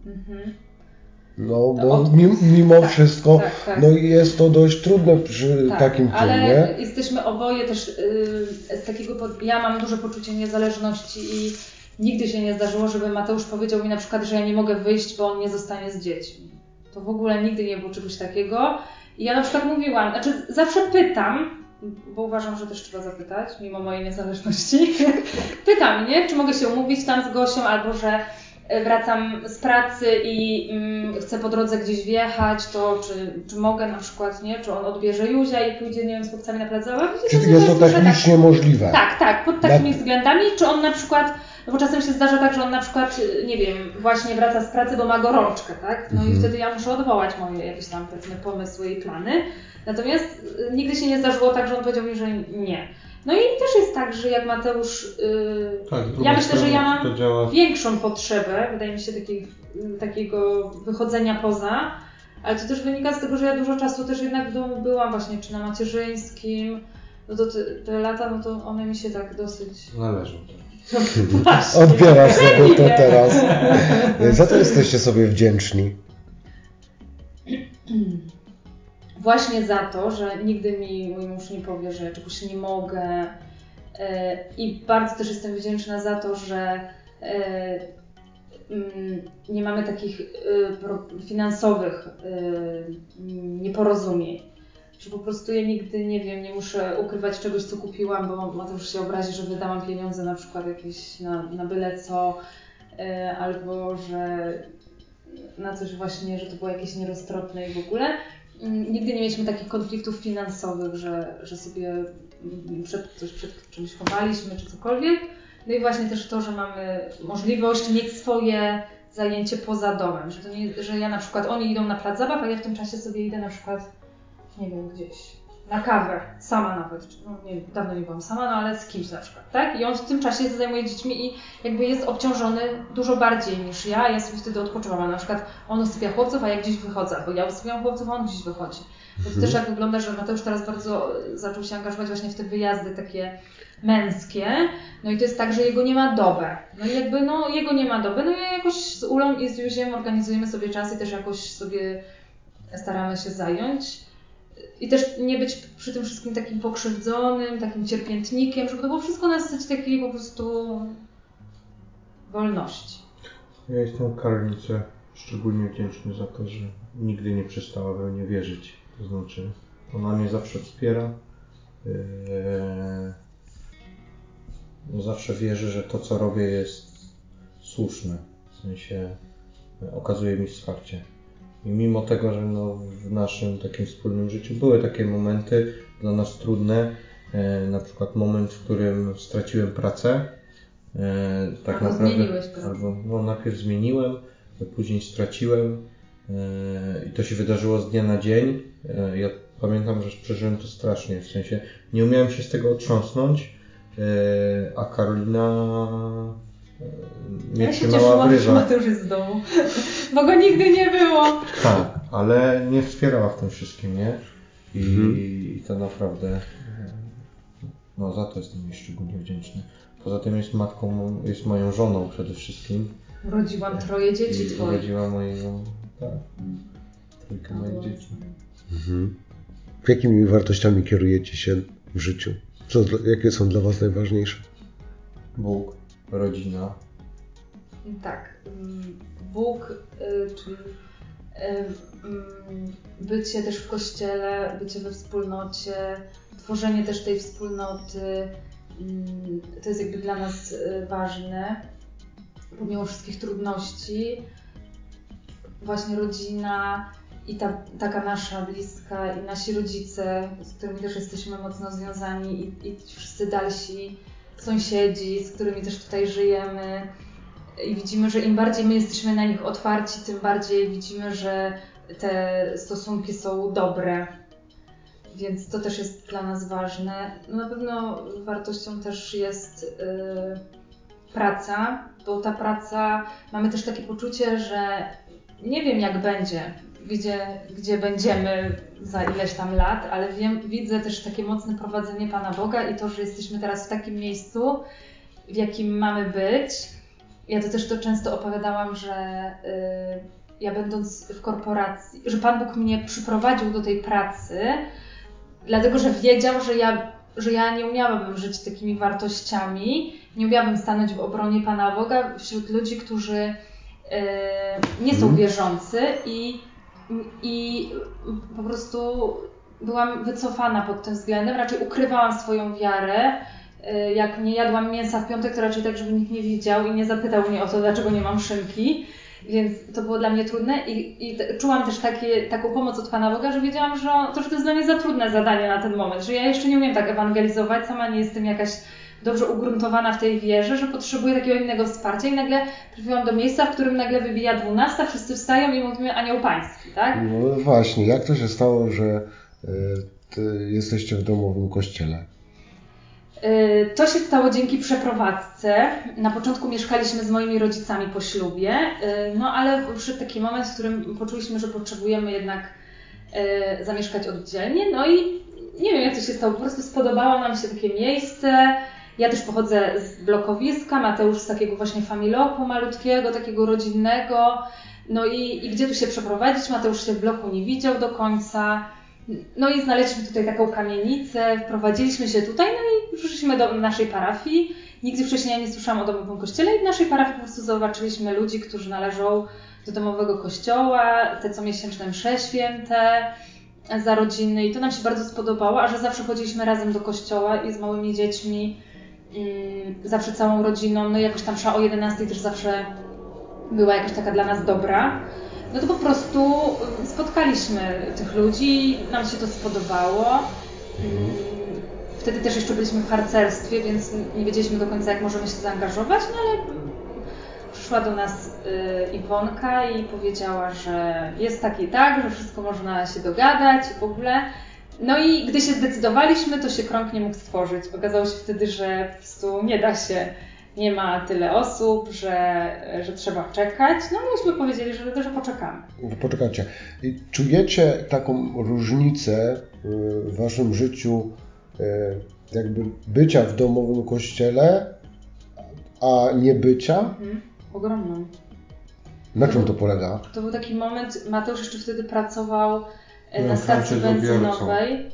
No, bo mimo wszystko, no jest to dość trudne przy takim tym, ale nie? Jesteśmy oboje też z takiego, ja mam duże poczucie niezależności nigdy się nie zdarzyło, żeby Mateusz powiedział mi na przykład, że ja nie mogę wyjść, bo on nie zostanie z dziećmi. To w ogóle nigdy nie było czegoś takiego. I ja na przykład mówiłam, znaczy zawsze pytam, bo uważam, że też trzeba zapytać, mimo mojej niezależności. Pytam, nie? Czy mogę się umówić tam z Gosią, albo że wracam z pracy i chcę po drodze gdzieś wjechać, to czy mogę na przykład, nie? Czy on odbierze Józia i pójdzie, nie wiem, z chłopcami na plac zabaw? Czy jest to technicznie możliwe? Tak, pod takimi względami. Czy on na przykład, no bo czasem się zdarza tak, że on na przykład, nie wiem, właśnie wraca z pracy, bo ma gorączkę, tak? No i wtedy ja muszę odwołać moje jakieś tam, powiedzmy, pomysły i plany. Natomiast nigdy się nie zdarzyło tak, że on powiedział mi, że nie. No i też jest tak, że jak Mateusz, ja myślę, że ja mam większą potrzebę, wydaje mi się, takiego wychodzenia poza, ale to też wynika z tego, że ja dużo czasu też jednak w domu byłam właśnie, czy na macierzyńskim, no to te lata, no to one mi się tak dosyć... należą. Właśnie. Odbierasz sobie to teraz. Za to jesteście sobie wdzięczni. Właśnie za to, że nigdy mi mój mąż nie powie, że ja czegoś nie mogę i bardzo też jestem wdzięczna za to, że nie mamy takich finansowych nieporozumień. Że po prostu ja nigdy, nie wiem, nie muszę ukrywać czegoś, co kupiłam, bo Mateusz się obrazi, że wydałam pieniądze na przykład jakieś na byle co, albo że na coś właśnie, że to było jakieś nieroztropne i w ogóle. Nigdy nie mieliśmy takich konfliktów finansowych, że sobie przed czymś chowaliśmy czy cokolwiek. No i właśnie też to, że mamy możliwość mieć swoje zajęcie poza domem. Że to nie, że ja na przykład, oni idą na plac zabaw, a ja w tym czasie sobie idę na przykład, nie wiem, gdzieś na kawę, sama nawet. No, dawno nie byłam sama, no ale z kimś na przykład, tak? I on w tym czasie się zajmuje dziećmi i jakby jest obciążony dużo bardziej niż ja. Ja sobie wtedy odpoczywam, a na przykład on usypia chłopców, a ja gdzieś wychodzę, albo ja usypiam chłopców, a on gdzieś wychodzi. Bo to też jak wygląda, że Mateusz teraz bardzo zaczął się angażować właśnie w te wyjazdy takie męskie. No i to jest tak, że jego nie ma dobę. No i jakby, no jego nie ma doby, no i jakoś z Ulą i z Józiem organizujemy sobie czas i też jakoś sobie staramy się zająć. I też nie być przy tym wszystkim takim pokrzywdzonym, takim cierpiętnikiem, żeby to było wszystko na zasadzie takiej po prostu wolności. Ja jestem Karolice szczególnie wdzięczny za to, że nigdy nie przestała we mnie wierzyć. To znaczy, ona mnie zawsze wspiera. Zawsze wierzy, że to, co robię, jest słuszne. W sensie okazuje mi wsparcie. I mimo tego, że no w naszym takim wspólnym życiu były takie momenty dla nas trudne, na przykład moment, w którym straciłem pracę, tak albo naprawdę, zmieniłeś pracę. Albo no, najpierw zmieniłem, później straciłem i to się wydarzyło z dnia na dzień. Ja pamiętam, że przeżyłem to strasznie, w sensie nie umiałem się z tego otrząsnąć, a Karolina mnie trzymała w ryżach. Ja się cieszyłam, że Mateusz jest w domu, bo go nigdy nie było. Tak, ale nie wspierała w tym wszystkim, nie? I to naprawdę, no za to jestem jej szczególnie wdzięczny. Poza tym jest matką, jest moją żoną przede wszystkim. Urodziłam 3 dzieci twoich. Urodziła moją, tak, 3 moich dzieci. Jakimi wartościami kierujecie się w życiu? Jakie są dla Was najważniejsze? Bóg, rodzina. Tak, Bóg, czyli bycie też w kościele, bycie we wspólnocie, tworzenie też tej wspólnoty, to jest jakby dla nas ważne, pomimo wszystkich trudności. Właśnie rodzina i taka nasza bliska i nasi rodzice, z którymi też jesteśmy mocno związani i wszyscy dalsi sąsiedzi, z którymi też tutaj żyjemy. I widzimy, że im bardziej my jesteśmy na nich otwarci, tym bardziej widzimy, że te stosunki są dobre. Więc to też jest dla nas ważne. No na pewno wartością też jest praca, bo ta praca, mamy też takie poczucie, że nie wiem jak będzie, gdzie będziemy za ileś tam lat, ale widzę też takie mocne prowadzenie Pana Boga i to, że jesteśmy teraz w takim miejscu, w jakim mamy być. Ja to też często opowiadałam, że ja będąc w korporacji, że Pan Bóg mnie przyprowadził do tej pracy, dlatego że wiedział, że ja że ja nie umiałabym żyć takimi wartościami, nie umiałabym stanąć w obronie Pana Boga wśród ludzi, którzy nie są wierzący i po prostu byłam wycofana pod tym względem, raczej ukrywałam swoją wiarę. Jak nie jadłam mięsa w piątek, to raczej tak, żeby nikt nie widział i nie zapytał mnie o to, dlaczego nie mam szynki. Więc to było dla mnie trudne i czułam też taką pomoc od Pana Boga, że wiedziałam, że to jest dla mnie za trudne zadanie na ten moment, że ja jeszcze nie umiem tak ewangelizować, sama nie jestem jakaś dobrze ugruntowana w tej wierze, że potrzebuję takiego innego wsparcia i nagle trafiłam do miejsca, w którym nagle wybija 12, wszyscy wstają i mówimy Anioł Pański, tak? No właśnie, jak to się stało, że jesteście w domowym kościele? To się stało dzięki przeprowadzce. Na początku mieszkaliśmy z moimi rodzicami po ślubie, no ale przyszedł taki moment, w którym poczuliśmy, że potrzebujemy jednak zamieszkać oddzielnie. No i nie wiem, jak to się stało, po prostu spodobało nam się takie miejsce. Ja też pochodzę z blokowiska, Mateusz z takiego właśnie familoku malutkiego, takiego rodzinnego. No i gdzie tu się przeprowadzić? Mateusz się w bloku nie widział do końca. No i znaleźliśmy tutaj taką kamienicę, wprowadziliśmy się tutaj, no i przyszliśmy do naszej parafii. Nigdy wcześniej nie słyszałam o domowym kościele i w naszej parafii po prostu zobaczyliśmy ludzi, którzy należą do domowego kościoła, te comiesięczne msze święte za rodziny i to nam się bardzo spodobało, a że zawsze chodziliśmy razem do kościoła i z małymi dziećmi, zawsze całą rodziną, no i jakoś tam msza o 11 też zawsze była jakaś taka dla nas dobra. No to po prostu spotkaliśmy tych ludzi, nam się to spodobało. Wtedy też jeszcze byliśmy w harcerstwie, więc nie wiedzieliśmy do końca, jak możemy się zaangażować, no ale przyszła do nas Iwonka i powiedziała, że jest tak i tak, że wszystko można się dogadać w ogóle. No i gdy się zdecydowaliśmy, to się krąg nie mógł stworzyć. Okazało się wtedy, że po prostu nie da się. Nie ma tyle osób, że trzeba czekać. No myśmy powiedzieli, że poczekamy. Poczekajcie. I czujecie taką różnicę w waszym życiu jakby bycia w domowym kościele, a nie bycia? Ogromną. Na czym to polega? To był taki moment, Mateusz jeszcze wtedy pracował na stacji benzynowej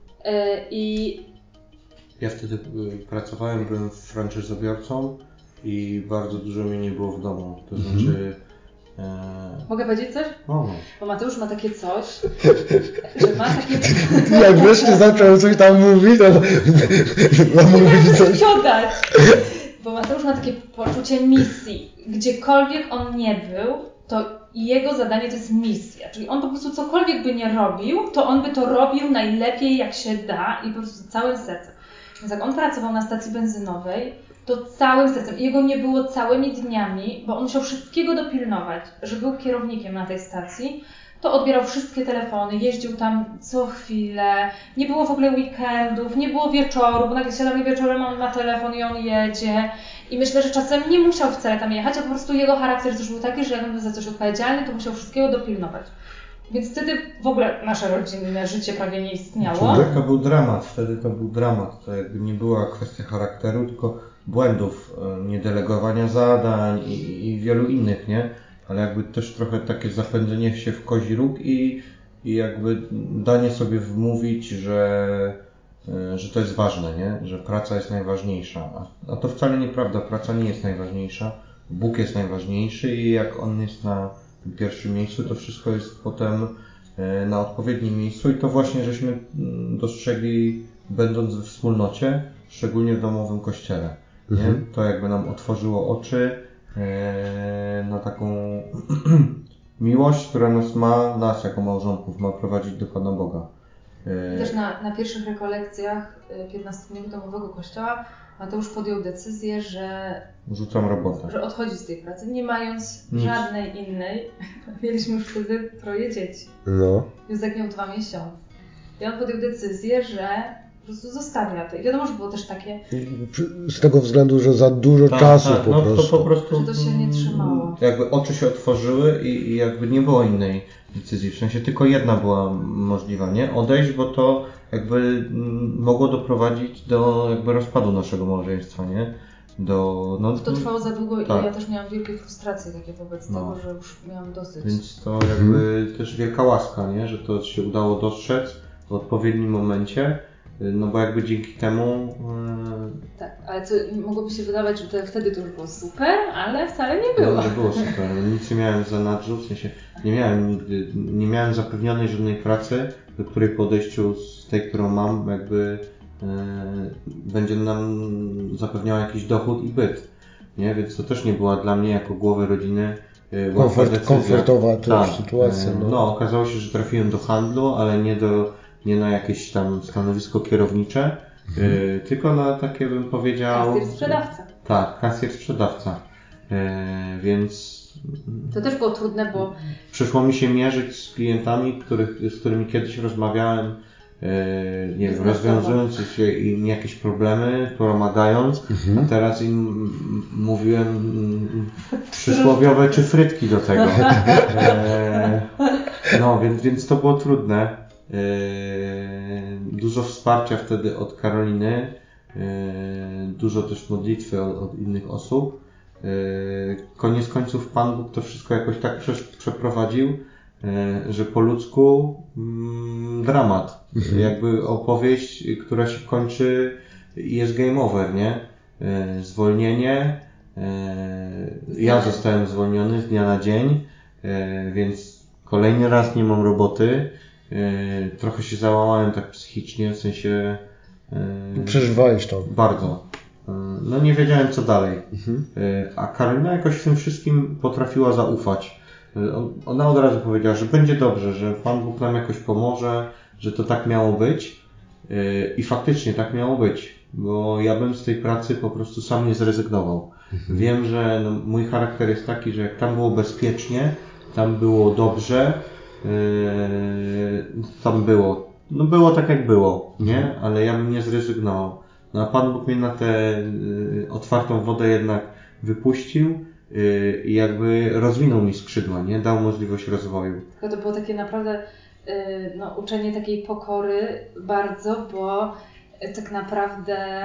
i ja wtedy pracowałem, byłem franczyzobiorcą i bardzo dużo mnie nie było w domu. To znaczy... Mogę powiedzieć coś? Mogę. Bo Mateusz ma takie coś, że ma takie... Jak wreszcie zaczął coś tam mówić, to mógł powiedzieć coś. Dodać. Bo Mateusz ma takie poczucie misji. Gdziekolwiek on nie był, to jego zadanie to jest misja. Czyli on po prostu cokolwiek by nie robił, to on by to robił najlepiej jak się da i po prostu całym sercem. Więc jak on pracował na stacji benzynowej, to całym sercem. Jego nie było całymi dniami, bo on musiał wszystkiego dopilnować, że był kierownikiem na tej stacji. To odbierał wszystkie telefony, jeździł tam co chwilę, nie było w ogóle weekendów, nie było wieczoru, bo nagle siadamy wieczorem, on ma telefon i on jedzie. I myślę, że czasem nie musiał wcale tam jechać, a po prostu jego charakter też był taki, że jak on był za coś odpowiedzialny, to musiał wszystkiego dopilnować. Więc wtedy w ogóle nasze rodzinne życie prawie nie istniało. To był dramat, wtedy to był dramat. To jakby nie była kwestia charakteru, tylko błędów, niedelegowania zadań i wielu innych, nie? Ale jakby też trochę takie zapędzenie się w kozi róg i jakby danie sobie wmówić, że to jest ważne, nie? Że praca jest najważniejsza. A to wcale nieprawda, praca nie jest najważniejsza. Bóg jest najważniejszy i jak On jest na tym pierwszym miejscu, to wszystko jest potem na odpowiednim miejscu i to właśnie żeśmy dostrzegli, będąc we wspólnocie, szczególnie w domowym kościele. Nie? To jakby nam otworzyło oczy na taką miłość, która nas jako małżonków ma prowadzić do Pana Boga. Też na pierwszych rekolekcjach 15-dniowego domowego kościoła Mateusz podjął decyzję, że rzucam robotę. Że odchodzi z tej pracy, nie mając żadnej innej. Mieliśmy już wtedy 3 dzieci. No. Józek miał 2 miesiące. I on podjął decyzję, że po prostu zostawia to. I wiadomo, że było też takie... Z tego względu, że za dużo czasu prostu. To po prostu... Że to się nie trzymało. Jakby oczy się otworzyły i jakby nie było innej decyzji. W sensie tylko jedna była możliwa, nie? Odejść, bo to jakby mogło doprowadzić do jakby rozpadu naszego małżeństwa, nie? To trwało za długo tak. I ja też miałam wielkie frustracje takie wobec tego, że już miałam dosyć. Więc to jakby też wielka łaska, nie? Że to się udało dostrzec w odpowiednim momencie. no bo jakby dzięki temu... Tak, ale co, mogłoby się wydawać, że wtedy to już było super, ale wcale nie było. No, nie było super, nic nie miałem za nadrzu, w sensie nie miałem zapewnionej żadnej pracy, do której po odejściu z tej, którą mam, jakby będzie nam zapewniała jakiś dochód i byt, nie? Więc to też nie była dla mnie jako głowy rodziny łatwa decyzja. Komfortowa też sytuacja. No, okazało się, że trafiłem do handlu, ale nie na jakieś tam stanowisko kierownicze, tylko na takie, bym powiedział... Kasjer-sprzedawca. Tak, kasjer-sprzedawca. Więc... To też było trudne, bo... Przyszło mi się mierzyć z klientami, z którymi kiedyś rozmawiałem, nie wiem, rozwiązując im jakieś problemy, pomagając, a teraz im mówiłem przysłowiowe czy frytki do tego. No, więc to było trudne. Dużo wsparcia wtedy od Karoliny, dużo też modlitwy od innych osób. Koniec końców Pan Bóg to wszystko jakoś tak przeprowadził, że po ludzku dramat. Jakby opowieść, która się kończy i jest game over, nie? Zwolnienie. Ja zostałem zwolniony z dnia na dzień, więc kolejny raz nie mam roboty. Trochę się załamałem tak psychicznie, w sensie... Przeżywałeś to? Bardzo. No nie wiedziałem co dalej. A Karolina jakoś w tym wszystkim potrafiła zaufać. Ona od razu powiedziała, że będzie dobrze, że Pan Bóg nam jakoś pomoże, że to tak miało być. I faktycznie tak miało być, bo ja bym z tej pracy po prostu sam nie zrezygnował. Wiem, że mój charakter jest taki, że jak tam było bezpiecznie, tam było dobrze, tam było. No było tak jak było, nie? Ale ja bym nie zrezygnował. No a Pan Bóg mnie na tę otwartą wodę jednak wypuścił i jakby rozwinął mi skrzydła, nie? Dał możliwość rozwoju. To było takie naprawdę uczenie takiej pokory bardzo, bo tak naprawdę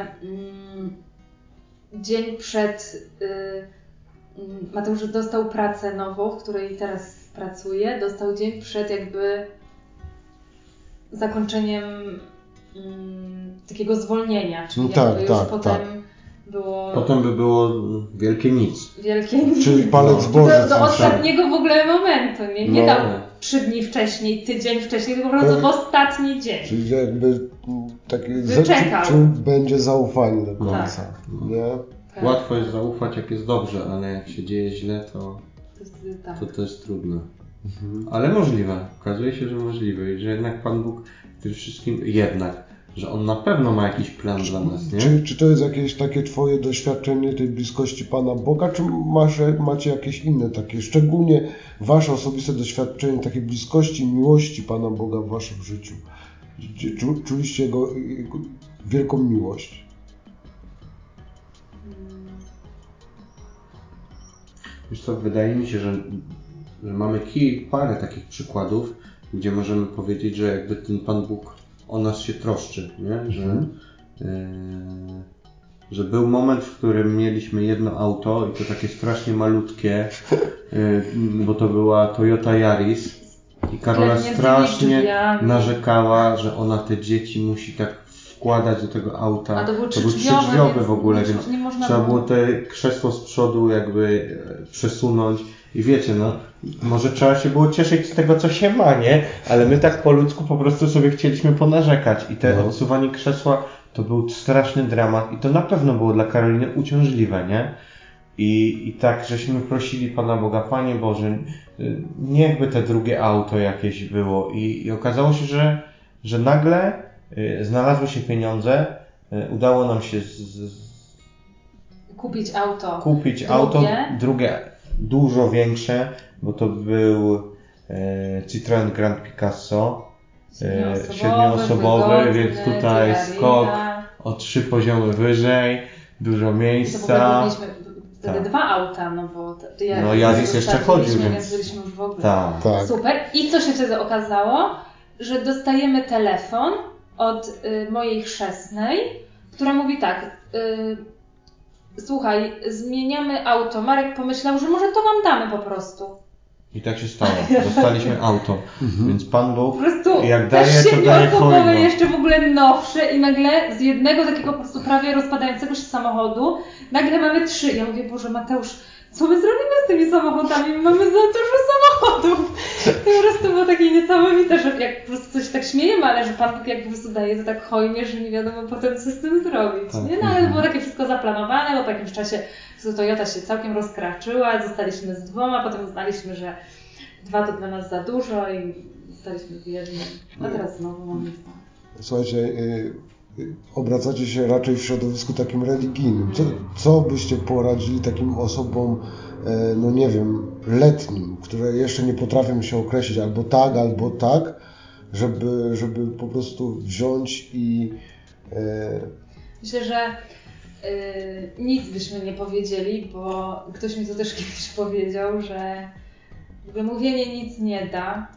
dzień przed Mateusz dostał pracę nową, w której teraz pracuje, dostał dzień przed jakby zakończeniem takiego zwolnienia, czyli jakby już potem było... Potem by było wielkie nic. Wielkie nic. Czyli palec Boży. Do ostatniego w ogóle momentu, nie dał 3 dni wcześniej, tydzień wcześniej, tylko po prostu w ostatni dzień. Czyli jakby taki wyczekał. Będzie zaufanie do końca. Tak. Nie? Tak. Łatwo jest zaufać, jak jest dobrze, ale jak się dzieje źle, to jest trudne. Ale możliwe. Okazuje się, że możliwe i że jednak Pan Bóg w tym wszystkim że On na pewno ma jakiś plan dla nas, nie? Czy to jest jakieś takie Twoje doświadczenie tej bliskości Pana Boga, czy macie jakieś inne takie, szczególnie Wasze osobiste doświadczenie takiej bliskości, miłości Pana Boga w Waszym życiu? Czuliście Jego wielką miłość? Wiesz co, wydaje mi się, że mamy parę takich przykładów, gdzie możemy powiedzieć, że jakby ten Pan Bóg o nas się troszczy, nie? Że był moment, w którym mieliśmy jedno auto i to takie strasznie malutkie, bo to była Toyota Yaris i Karola strasznie narzekała, że ona te dzieci musi tak wkładać do tego auta. A to były trzydrzwiowe w ogóle, więc trzeba było te krzesło z przodu jakby przesunąć. I wiecie, może trzeba się było cieszyć z tego, co się ma, nie? Ale my tak po ludzku po prostu sobie chcieliśmy ponarzekać i te odsuwanie krzesła to był straszny dramat i to na pewno było dla Karoliny uciążliwe, nie? I tak żeśmy prosili Pana Boga, Panie Boże, niechby te drugie auto jakieś było i okazało się, że nagle znalazły się pieniądze, udało nam się kupić auto drugie dużo większe, bo to był Citroen Grand Picasso 7-osobowy, więc tutaj skok o 3 poziomy wyżej, dużo miejsca. I to wtedy 2 auta, bo Yaris jeszcze chodził, więc byliśmy już w ogóle. Tak. Super. I co się wtedy okazało? Że dostajemy telefon od mojej chrzestnej, która mówi tak, słuchaj, zmieniamy auto. Marek pomyślał, że może to wam damy po prostu. I tak się stało. Dostaliśmy auto. Więc Pan Bóg, po prostu jak daje, to daje hojno. Jeszcze w ogóle nowsze i nagle z jednego takiego po prostu prawie rozpadającego się samochodu nagle mamy 3. Ja mówię, Boże Mateusz, co my zrobimy z tymi samochodami? My mamy za dużo samochodów. To po prostu było takie niesamowite, że jak po prostu coś tak śmiejemy, ale że Pan Bóg jak po prostu daje to tak hojnie, że nie wiadomo potem co z tym zrobić. Tak. Nie? No ale było takie wszystko zaplanowane, bo po jakimś czasie Toyota się całkiem rozkraczyła, zostaliśmy z 2, potem uznaliśmy, że 2 to dla nas za dużo i zostaliśmy z 1, a teraz znowu mamy 2. Słuchajcie, obracacie się raczej w środowisku takim religijnym. Co byście poradzili takim osobom, no nie wiem, letnim, które jeszcze nie potrafią się określić albo tak, żeby po prostu wziąć i... Myślę, że nic byśmy nie powiedzieli, bo ktoś mi to też kiedyś powiedział, że mówienie nic nie da,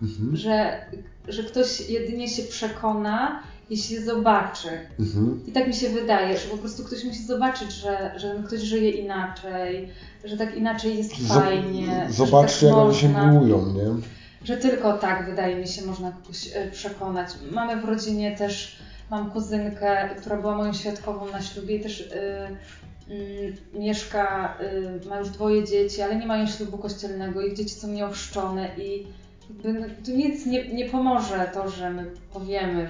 że ktoś jedynie się przekona, jeśli zobaczy. I tak mi się wydaje, że po prostu ktoś musi zobaczyć, że ktoś żyje inaczej, że tak inaczej jest fajnie. Zobaczcie, tak jak oni się miłują, nie? Że tylko tak, wydaje mi się, można kogoś przekonać. Mamy w rodzinie też, mam kuzynkę, która była moją świadkową na ślubie i też mieszka, ma już 2 dzieci, ale nie mają ślubu kościelnego. Ich dzieci są nieochrzczone i tu nic nie pomoże to, że my powiemy,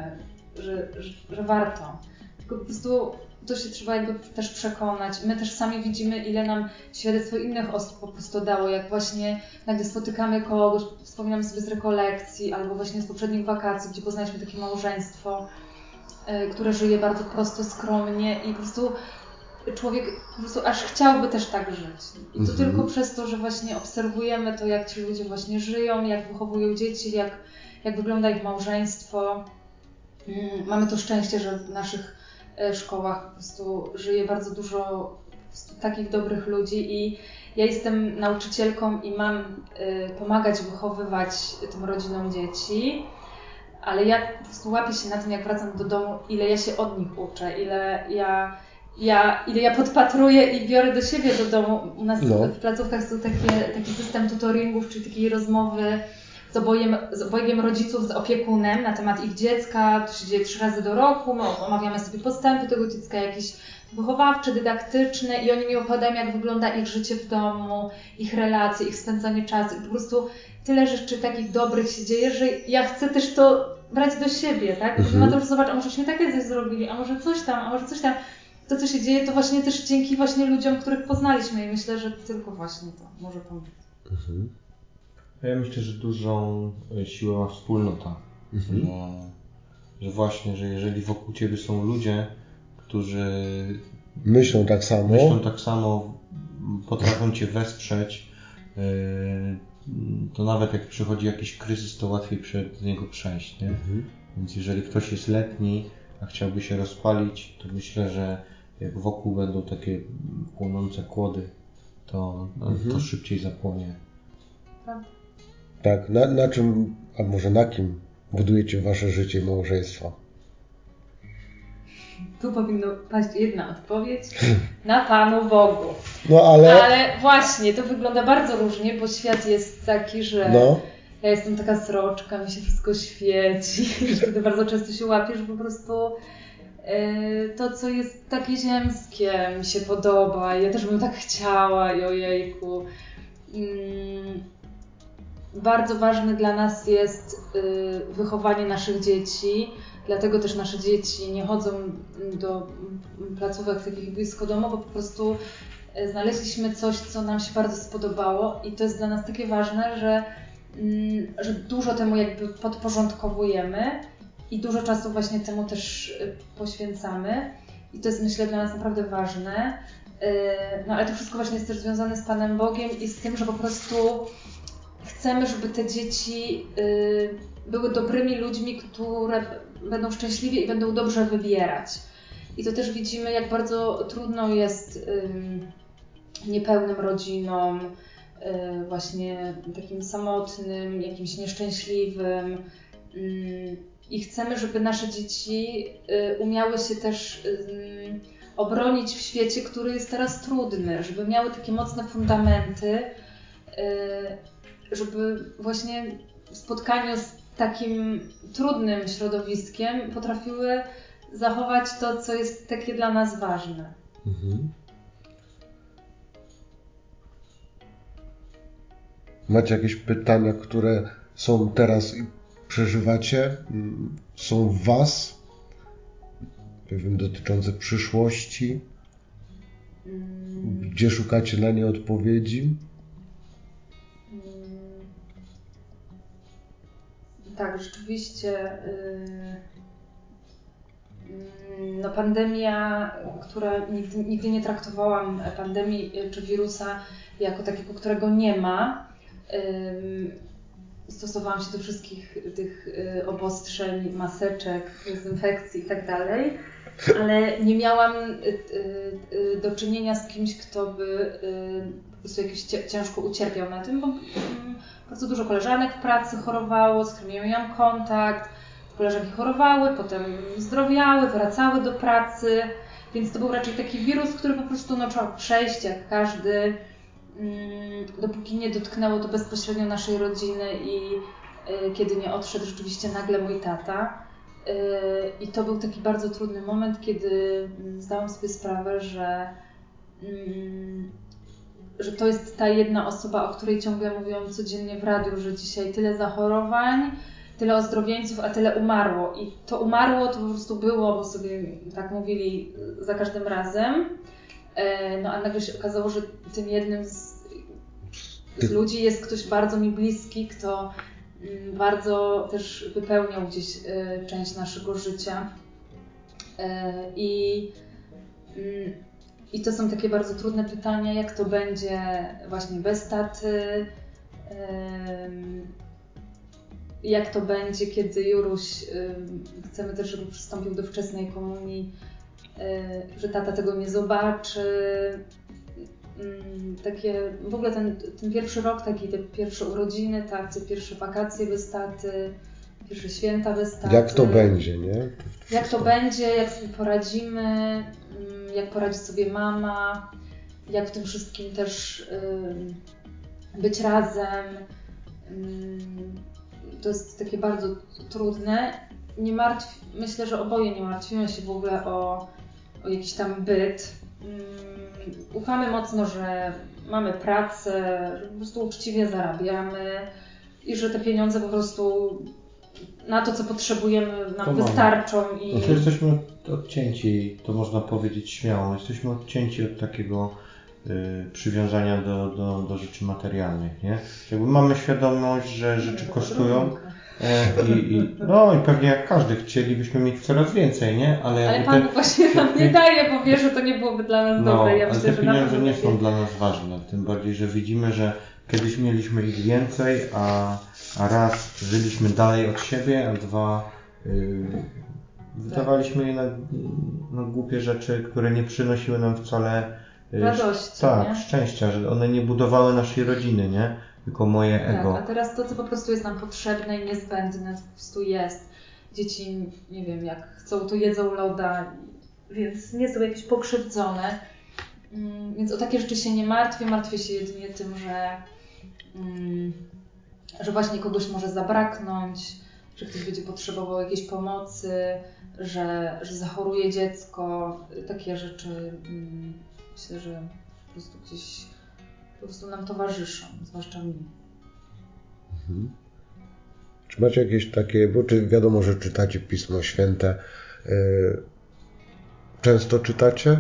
że warto. Tylko po prostu to się trzeba jakby też przekonać. My też sami widzimy, ile nam świadectwo innych osób po prostu dało, jak właśnie nagle spotykamy kogoś, wspominam sobie z rekolekcji albo właśnie z poprzednich wakacji, gdzie poznaliśmy takie małżeństwo, które żyje bardzo prosto, skromnie i po prostu człowiek po prostu aż chciałby też tak żyć. I to tylko przez to, że właśnie obserwujemy to, jak ci ludzie właśnie żyją, jak wychowują dzieci, jak wygląda ich małżeństwo. Mamy to szczęście, że w naszych szkołach po prostu żyje bardzo dużo po prostu takich dobrych ludzi i ja jestem nauczycielką i mam pomagać wychowywać tym rodzinom dzieci, ale ja po prostu łapię się na tym, jak wracam do domu, ile ja się od nich uczę, ile ja podpatruję i biorę do siebie do domu. U nas w placówkach są taki system tutoringów, czyli takiej rozmowy z obojgiem rodziców, z opiekunem na temat ich dziecka. To się dzieje 3 razy do roku, my omawiamy sobie postępy tego dziecka, jakieś wychowawcze, dydaktyczne i oni mi opowiadają, jak wygląda ich życie w domu, ich relacje, ich spędzanie czasu. I po prostu tyle rzeczy takich dobrych się dzieje, że ja chcę też to brać do siebie, tak? No to już zobacz, a możeśmy takie coś zrobili, a może coś tam. To, co się dzieje, to właśnie też dzięki właśnie ludziom, których poznaliśmy i myślę, że tylko właśnie to może pomóc. Ja myślę, że dużą siłę ma wspólnota. Że właśnie, że jeżeli wokół Ciebie są ludzie, którzy myślą tak samo, potrafią Cię wesprzeć, to nawet jak przychodzi jakiś kryzys, to łatwiej z niego przejść, nie? Więc jeżeli ktoś jest letni, a chciałby się rozpalić, to myślę, że jak wokół będą takie płonące kłody, to szybciej zapłonie. Tak, na czym, a może na kim budujecie Wasze życie i małżeństwa? Tu powinna paść jedna odpowiedź. Na Panu Bogu. No ale właśnie, to wygląda bardzo różnie, bo świat jest taki, że ja jestem taka sroczka, mi się wszystko świeci. Wtedy bardzo często się łapię, że po prostu to, co jest takie ziemskie, mi się podoba. Ja też bym tak chciała i ojejku. Bardzo ważne dla nas jest wychowanie naszych dzieci, dlatego też nasze dzieci nie chodzą do placówek takich blisko domu, bo po prostu znaleźliśmy coś, co nam się bardzo spodobało i to jest dla nas takie ważne, że dużo temu jakby podporządkowujemy i dużo czasu właśnie temu też poświęcamy i to jest, myślę, dla nas naprawdę ważne. No ale to wszystko właśnie jest też związane z Panem Bogiem i z tym, że po prostu chcemy, żeby te dzieci były dobrymi ludźmi, które będą szczęśliwie i będą dobrze wybierać. I to też widzimy, jak bardzo trudno jest niepełnym rodzinom, właśnie takim samotnym, jakimś nieszczęśliwym. I chcemy, żeby nasze dzieci umiały się też obronić w świecie, który jest teraz trudny, żeby miały takie mocne fundamenty, żeby właśnie w spotkaniu z takim trudnym środowiskiem potrafiły zachować to, co jest takie dla nas ważne. Mhm. Macie jakieś pytania, które są teraz i przeżywacie, są w Was, nie wiem, dotyczące przyszłości? Gdzie szukacie na nie odpowiedzi? Tak, rzeczywiście. No pandemia, która nigdy nie traktowałam pandemii czy wirusa jako takiego, którego nie ma. Stosowałam się do wszystkich tych obostrzeń, maseczek, dezynfekcji i tak dalej, ale nie miałam do czynienia z kimś, kto by po prostu jakoś ciężko ucierpiał na tym, bo bardzo dużo koleżanek w pracy chorowało, z którymi miałam kontakt. Koleżanki chorowały, potem zdrowiały, wracały do pracy, więc to był raczej taki wirus, który po prostu trzeba przejść jak każdy, dopóki nie dotknęło to bezpośrednio naszej rodziny i kiedy nie odszedł rzeczywiście nagle mój tata. I to był taki bardzo trudny moment, kiedy zdałam sobie sprawę, że to jest ta jedna osoba, o której ciągle mówią codziennie w radiu, że dzisiaj tyle zachorowań, tyle ozdrowieńców, a tyle umarło. I to umarło to po prostu było, bo sobie tak mówili za każdym razem. No a nagle się okazało, że tym jednym z ludzi jest ktoś bardzo mi bliski, kto bardzo też wypełniał gdzieś część naszego życia. I to są takie bardzo trudne pytania, jak to będzie właśnie bez taty, jak to będzie, kiedy Juruś, chcemy też, żeby przystąpił do wczesnej komunii, że tata tego nie zobaczy. Takie, w ogóle ten pierwszy rok, taki te pierwsze urodziny taty, pierwsze wakacje bez taty, pierwsze święta bez taty. Jak to będzie, nie? Jak to będzie, jak sobie poradzimy, jak poradzi sobie mama, jak w tym wszystkim też być razem. To jest takie bardzo trudne. Myślę, że oboje nie martwimy się w ogóle o jakiś tam byt. Ufamy mocno, że mamy pracę, że po prostu uczciwie zarabiamy i że te pieniądze po prostu na to, co potrzebujemy, nam wystarczą. Znaczy jesteśmy odcięci, to można powiedzieć śmiało, jesteśmy odcięci od takiego przywiązania do rzeczy materialnych, nie? Jakby mamy świadomość, że rzeczy kosztują i pewnie jak każdy chcielibyśmy mieć coraz więcej, nie? Ale Pan Bóg właśnie nam nie daje, bo wie, że to nie byłoby dla nas dobre. Ja myślę, ale te pieniądze nie są dla nas ważne, tym bardziej, że widzimy, że kiedyś mieliśmy ich więcej, a raz żyliśmy dalej od siebie, a dwa wydawaliśmy je na głupie rzeczy, które nie przynosiły nam wcale radości, tak, nie? Szczęścia, że one nie budowały naszej rodziny, nie? Tylko moje ego. Tak, a teraz to, co po prostu jest nam potrzebne i niezbędne, to po prostu jest. Dzieci, nie wiem, jak chcą, to jedzą loda, więc nie są jakieś pokrzywdzone. Więc o takie rzeczy się nie martwię. Martwię się jedynie tym, że właśnie kogoś może zabraknąć, że ktoś będzie potrzebował jakiejś pomocy, że zachoruje dziecko. Takie rzeczy myślę, że po prostu gdzieś nam towarzyszą, zwłaszcza mi. Mhm. Czy macie jakieś takie, bo wiadomo, że czytacie Pismo Święte, często czytacie?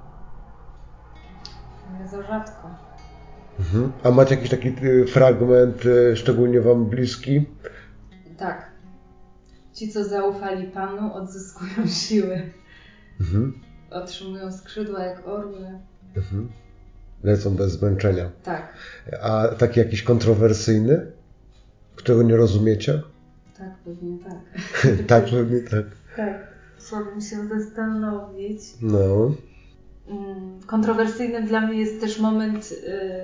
Nie za rzadko. Mhm. A macie jakiś taki fragment szczególnie Wam bliski? Tak. Ci, co zaufali Panu, odzyskują siły. Mhm. Otrzymują skrzydła jak orły. Mhm. Lecą bez zmęczenia. Tak. A taki jakiś kontrowersyjny, którego nie rozumiecie? Tak, pewnie tak. Tak, pewnie tak. Tak, chciałabym się zastanowić. No. Kontrowersyjnym dla mnie jest też moment,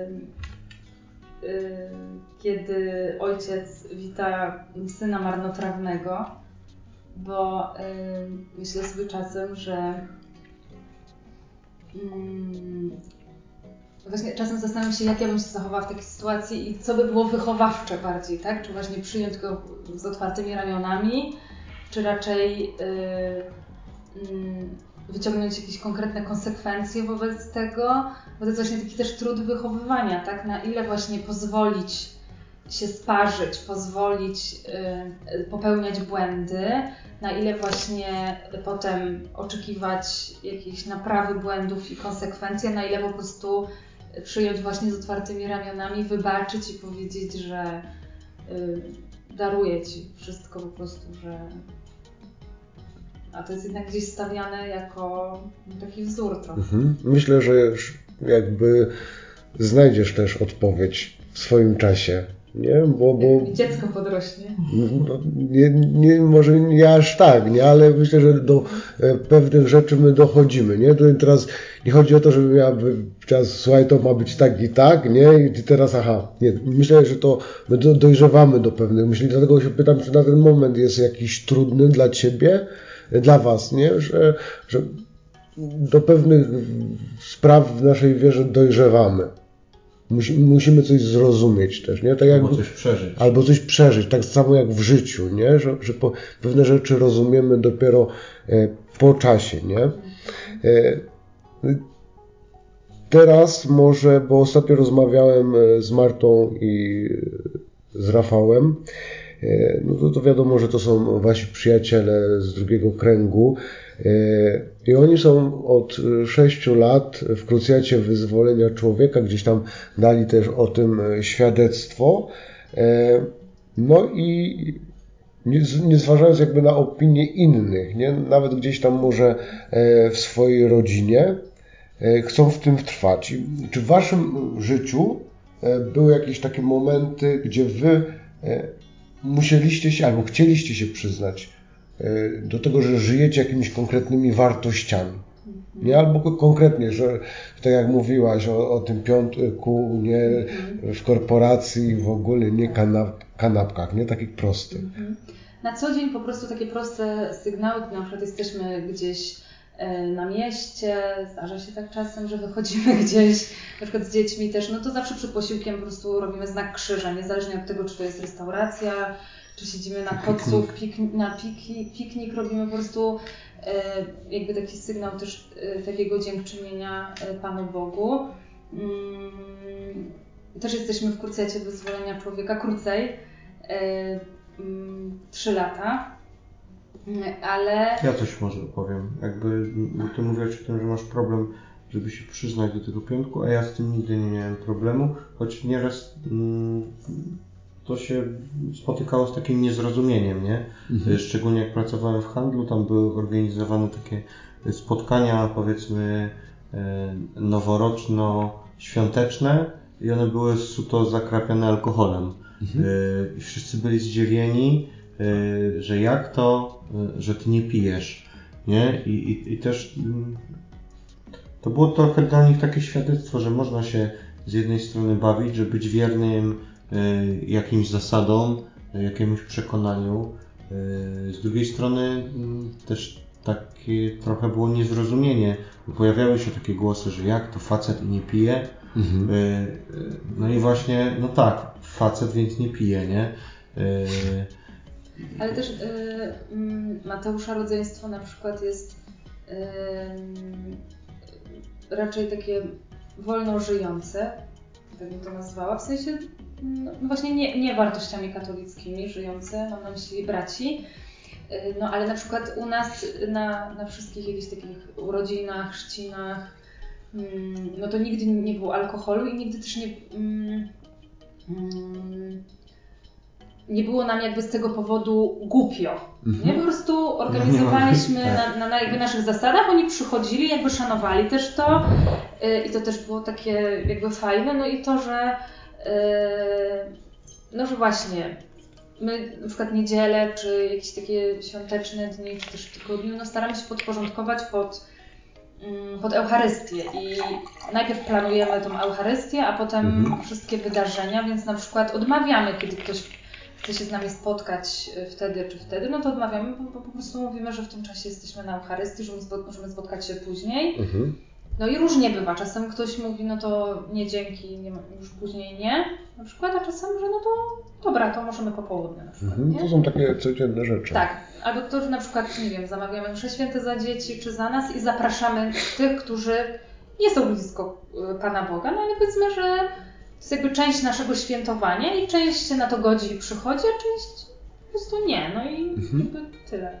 kiedy ojciec wita syna marnotrawnego, bo myślę sobie czasem, że Właśnie czasem zastanawiam się, jak ja bym się zachowała w takiej sytuacji i co by było wychowawcze bardziej, tak? Czy właśnie przyjąć go z otwartymi ramionami, czy raczej wyciągnąć jakieś konkretne konsekwencje wobec tego, bo to jest właśnie taki też trud wychowywania, tak? Na ile właśnie pozwolić się sparzyć, pozwolić popełniać błędy, na ile właśnie potem oczekiwać jakiejś naprawy błędów i konsekwencji, a na ile po prostu przyjąć właśnie z otwartymi ramionami, wybaczyć i powiedzieć, że daruję Ci wszystko po prostu, że... A to jest jednak gdzieś stawiane jako taki wzór trochę. Myślę, że jakby znajdziesz też odpowiedź w swoim czasie. Nie? Bo dziecko podrośnie. Może nie aż tak, nie? Ale myślę, że do pewnych rzeczy my dochodzimy. Nie? Tutaj teraz nie chodzi o to, żeby teraz słuchaj, to ma być tak i tak, nie? I teraz nie. Myślę, że to my dojrzewamy do pewnych myśli, dlatego się pytam, czy na ten moment jest jakiś trudny dla Ciebie, dla Was, nie? Że do pewnych spraw w naszej wierze dojrzewamy. Musimy coś zrozumieć też, nie? Tak albo coś przeżyć, tak samo jak w życiu, nie? Że pewne rzeczy rozumiemy dopiero po czasie, nie? Teraz może, bo ostatnio rozmawiałem z Martą i z Rafałem, no to wiadomo, że to są wasi przyjaciele z drugiego kręgu i oni są od 6 lat w krucjacie wyzwolenia człowieka, gdzieś tam dali też o tym świadectwo, no i nie zważając jakby na opinie innych, nie? Nawet gdzieś tam może w swojej rodzinie chcą w tym trwać. Czy w waszym życiu były jakieś takie momenty, gdzie wy musieliście się albo chcieliście się przyznać do tego, że żyjecie jakimiś konkretnymi wartościami? Nie? Albo konkretnie, że tak jak mówiłaś o tym piątku, nie w korporacji, w ogóle nie kanapkach, nie takich prostych. Na co dzień po prostu takie proste sygnały, na przykład jesteśmy gdzieś na mieście, zdarza się tak czasem, że wychodzimy gdzieś, na przykład z dziećmi też, no to zawsze przed posiłkiem po prostu robimy znak krzyża, niezależnie od tego, czy to jest restauracja, czy siedzimy na kocu, piknik robimy po prostu jakby taki sygnał też takiego dziękczynienia Panu Bogu. Też jesteśmy w krucjacie wyzwolenia człowieka, krócej, 3 lata. Ale... Ja coś może powiem. Jakby ty mówiłaś o tym, że masz problem, żeby się przyznać do tego piątku, a ja z tym nigdy nie miałem problemu, choć nieraz to się spotykało z takim niezrozumieniem, nie? Szczególnie jak pracowałem w handlu, tam były organizowane takie spotkania, powiedzmy noworoczno-świąteczne i one były suto zakrapiane alkoholem. I wszyscy byli zdziwieni, że jak to, że ty nie pijesz, nie? I też to było trochę dla nich takie świadectwo, że można się z jednej strony bawić, że być wiernym jakimś zasadom, jakiemuś przekonaniu. Z drugiej strony też takie trochę było niezrozumienie. Pojawiały się takie głosy, że jak to facet i nie pije. No i właśnie, no tak, facet więc nie pije, nie? Ale też Mateusza rodzeństwo na przykład jest raczej takie wolno żyjące, tak bym to nazwała, w sensie no właśnie nie wartościami katolickimi żyjące, mam na myśli braci, no ale na przykład u nas na wszystkich jakichś takich urodzinach, chrzcinach, no to nigdy nie było alkoholu i nigdy też nie było nam jakby z tego powodu głupio. Nie? Po prostu organizowaliśmy na jakby naszych zasadach, oni przychodzili, jakby szanowali też to i to też było takie jakby fajne, no i to, że no że właśnie my na przykład niedzielę, czy jakieś takie świąteczne dni, czy też w tygodniu, no staramy się podporządkować pod Eucharystię i najpierw planujemy tą Eucharystię, a potem wszystkie wydarzenia, więc na przykład odmawiamy, kiedy ktoś chce się z nami spotkać wtedy czy wtedy, no to odmawiamy, bo po prostu mówimy, że w tym czasie jesteśmy na Eucharystii, że możemy spotkać się później. No i różnie bywa. Czasem ktoś mówi, no to nie dzięki, nie, już później nie. Na przykład, a czasem, że no to dobra, to możemy po południu na przykład. To są takie codzienne rzeczy. Tak. Albo to, że na przykład, nie wiem, zamawiamy msze święte za dzieci czy za nas i zapraszamy tych, którzy nie są blisko Pana Boga, no ale powiedzmy, że to jest jakby część naszego świętowania i część się na to godzi i przychodzi, a część po prostu nie. No i jakby tyle.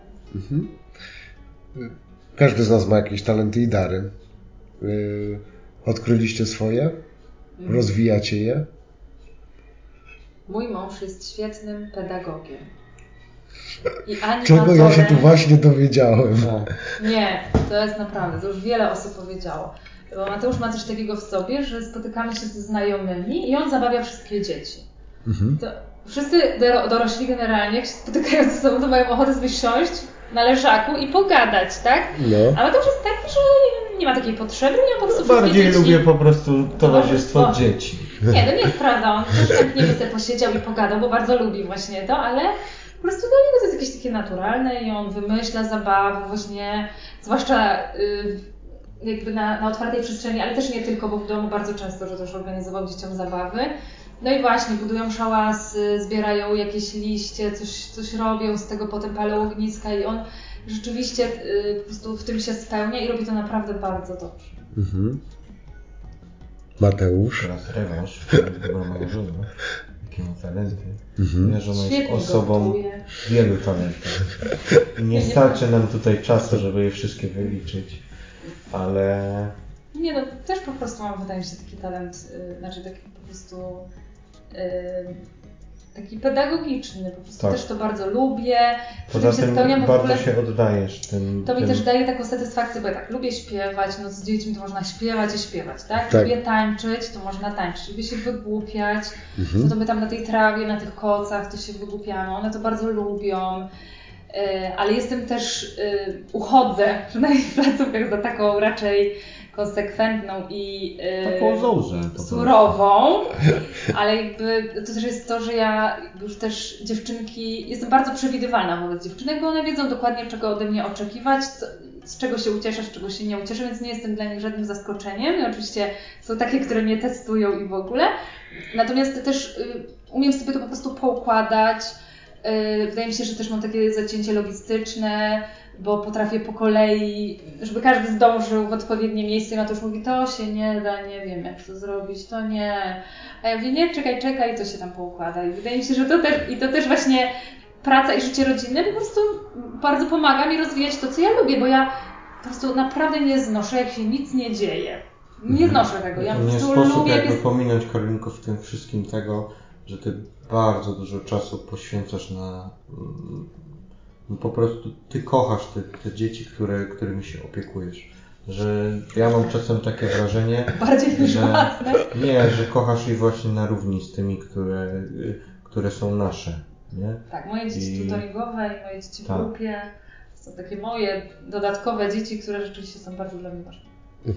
Każdy z nas ma jakieś talenty i dary. Odkryliście swoje? Rozwijacie je? Mój mąż jest świetnym pedagogiem. I animatorem. Czego ja się tu właśnie dowiedziałem. Nie, to jest naprawdę, to już wiele osób powiedziało. Bo Mateusz ma coś takiego w sobie, że spotykamy się ze znajomymi i on zabawia wszystkie dzieci. To wszyscy dorośli generalnie, jak się spotykają ze sobą, to mają ochotę sobie siąść na leżaku i pogadać, tak? No. A Mateusz jest taki, że nie ma takiej potrzeby, nie ma po prostu bardziej dzieci. Lubię po prostu towarzystwo dzieci. Nie, to nie jest prawda, on też chętnie by sobie posiedział i pogadał, bo bardzo lubi właśnie to, ale po prostu dla niego to jest jakieś takie naturalne i on wymyśla zabawy właśnie, zwłaszcza jakby na otwartej przestrzeni, ale też nie tylko, bo w domu bardzo często, że też organizował dzieciom zabawy. No i właśnie, budują szałasy, zbierają jakieś liście, coś robią, z tego potem palą ogniska i on rzeczywiście po prostu w tym się spełnia i robi to naprawdę bardzo dobrze. Mateusz? Teraz rewanż, była moja żona. Jakie ma talenty. Moja żona jest osobą wielu talentów. I nie starczy nam tutaj czasu, żeby je wszystkie wyliczyć, ale... Nie no, też po prostu mam, wydaje mi się, taki talent, znaczy taki po prostu taki pedagogiczny, po prostu też to bardzo lubię. Poza tym bardzo się oddajesz tym. To mi też daje taką satysfakcję, bo ja tak lubię śpiewać, no z dziećmi to można śpiewać i śpiewać, tak? Lubię tańczyć, to można tańczyć, lubię się wygłupiać, no to my tam na tej trawie, na tych kocach to się wygłupiamy, one to bardzo lubią. Ale jestem też, uchodzę, przynajmniej w placówkach, za taką raczej konsekwentną i surową, ale jakby to też jest to, że ja już też dziewczynki, jestem bardzo przewidywalna wobec dziewczynek, bo one wiedzą dokładnie, czego ode mnie oczekiwać, z czego się ucieszę, z czego się nie ucieszę, więc nie jestem dla nich żadnym zaskoczeniem. I oczywiście są takie, które mnie testują i w ogóle. Natomiast też umiem sobie to po prostu poukładać. Wydaje mi się, że też mam takie zacięcie logistyczne, bo potrafię po kolei, żeby każdy zdążył w odpowiednie miejsce i Mateusz mówi, to się nie da, nie wiem jak to zrobić, to nie. A ja mówię, nie, czekaj, to się tam poukłada. I wydaje mi się, że to też właśnie praca i życie rodzinne po prostu bardzo pomaga mi rozwijać to, co ja lubię, bo ja po prostu naprawdę nie znoszę, jak się nic nie dzieje. Nie znoszę tego. Ja po prostu nie sposób lubię, jakby pominąć, Karolinko, w tym wszystkim tego, że ty bardzo dużo czasu poświęcasz na... No po prostu ty kochasz te dzieci, którymi się opiekujesz. Że ja mam czasem takie wrażenie, bardziej niż własne. Nie, że kochasz je właśnie na równi z tymi, które są nasze. Nie? Tak, moje dzieci tutoringowe i moje dzieci w grupie są takie moje dodatkowe dzieci, które rzeczywiście są bardzo dla mnie ważne.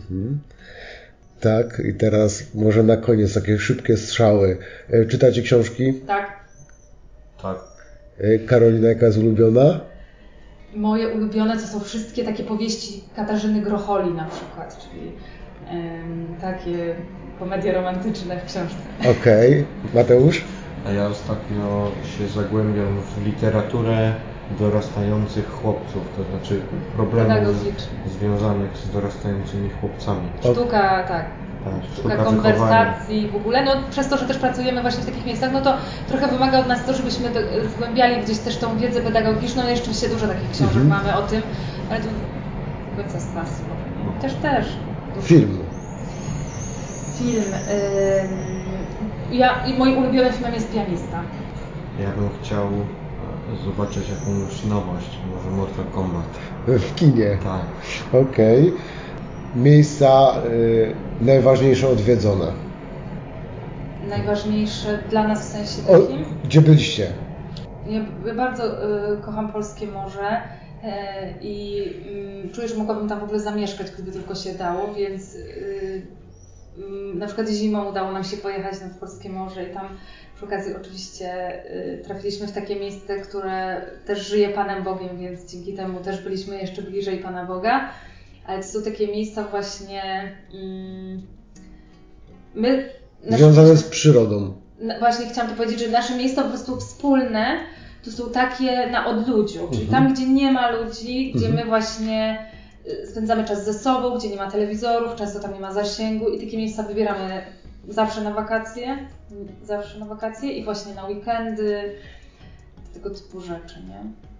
Tak, i teraz może na koniec takie szybkie strzały. Czytacie książki? Tak. Karolina, jaka jest ulubiona? Moje ulubione to są wszystkie takie powieści Katarzyny Grocholi na przykład, czyli takie komedie romantyczne w książce. Okej. Mateusz? A ja ostatnio się zagłębiam w literaturę dorastających chłopców, to znaczy problemów związanych z dorastającymi chłopcami. Sztuka, sztuka konwersacji w ogóle. No przez to, że też pracujemy właśnie w takich miejscach, no to trochę wymaga od nas to, żebyśmy zgłębiali gdzieś też tą wiedzę pedagogiczną. Jeszcze oczywiście dużo takich książek mamy o tym, ale to do końca z nas. Też. Film. Moim ulubionym filmem jest Pianista. Ja bym chciał zobaczyć jakąś nowość, może Mortal Kombat. W kinie? Tak. Okej. Miejsca najważniejsze odwiedzone. Najważniejsze dla nas w sensie takim? Gdzie byliście? Ja bardzo kocham polskie morze i czuję, że mogłabym tam w ogóle zamieszkać, gdyby tylko się dało, więc na przykład zimą udało nam się pojechać nad polskie morze i tam przy okazji oczywiście trafiliśmy w takie miejsce, które też żyje Panem Bogiem, więc dzięki temu też byliśmy jeszcze bliżej Pana Boga. ale to są takie miejsca właśnie związane z przyrodą. Właśnie chciałam to powiedzieć, że nasze miejsca po prostu wspólne to są takie na odludziu, czyli tam, gdzie nie ma ludzi, gdzie my właśnie spędzamy czas ze sobą, gdzie nie ma telewizorów, często tam nie ma zasięgu i takie miejsca wybieramy zawsze na wakacje i właśnie na weekendy, tego typu rzeczy, nie?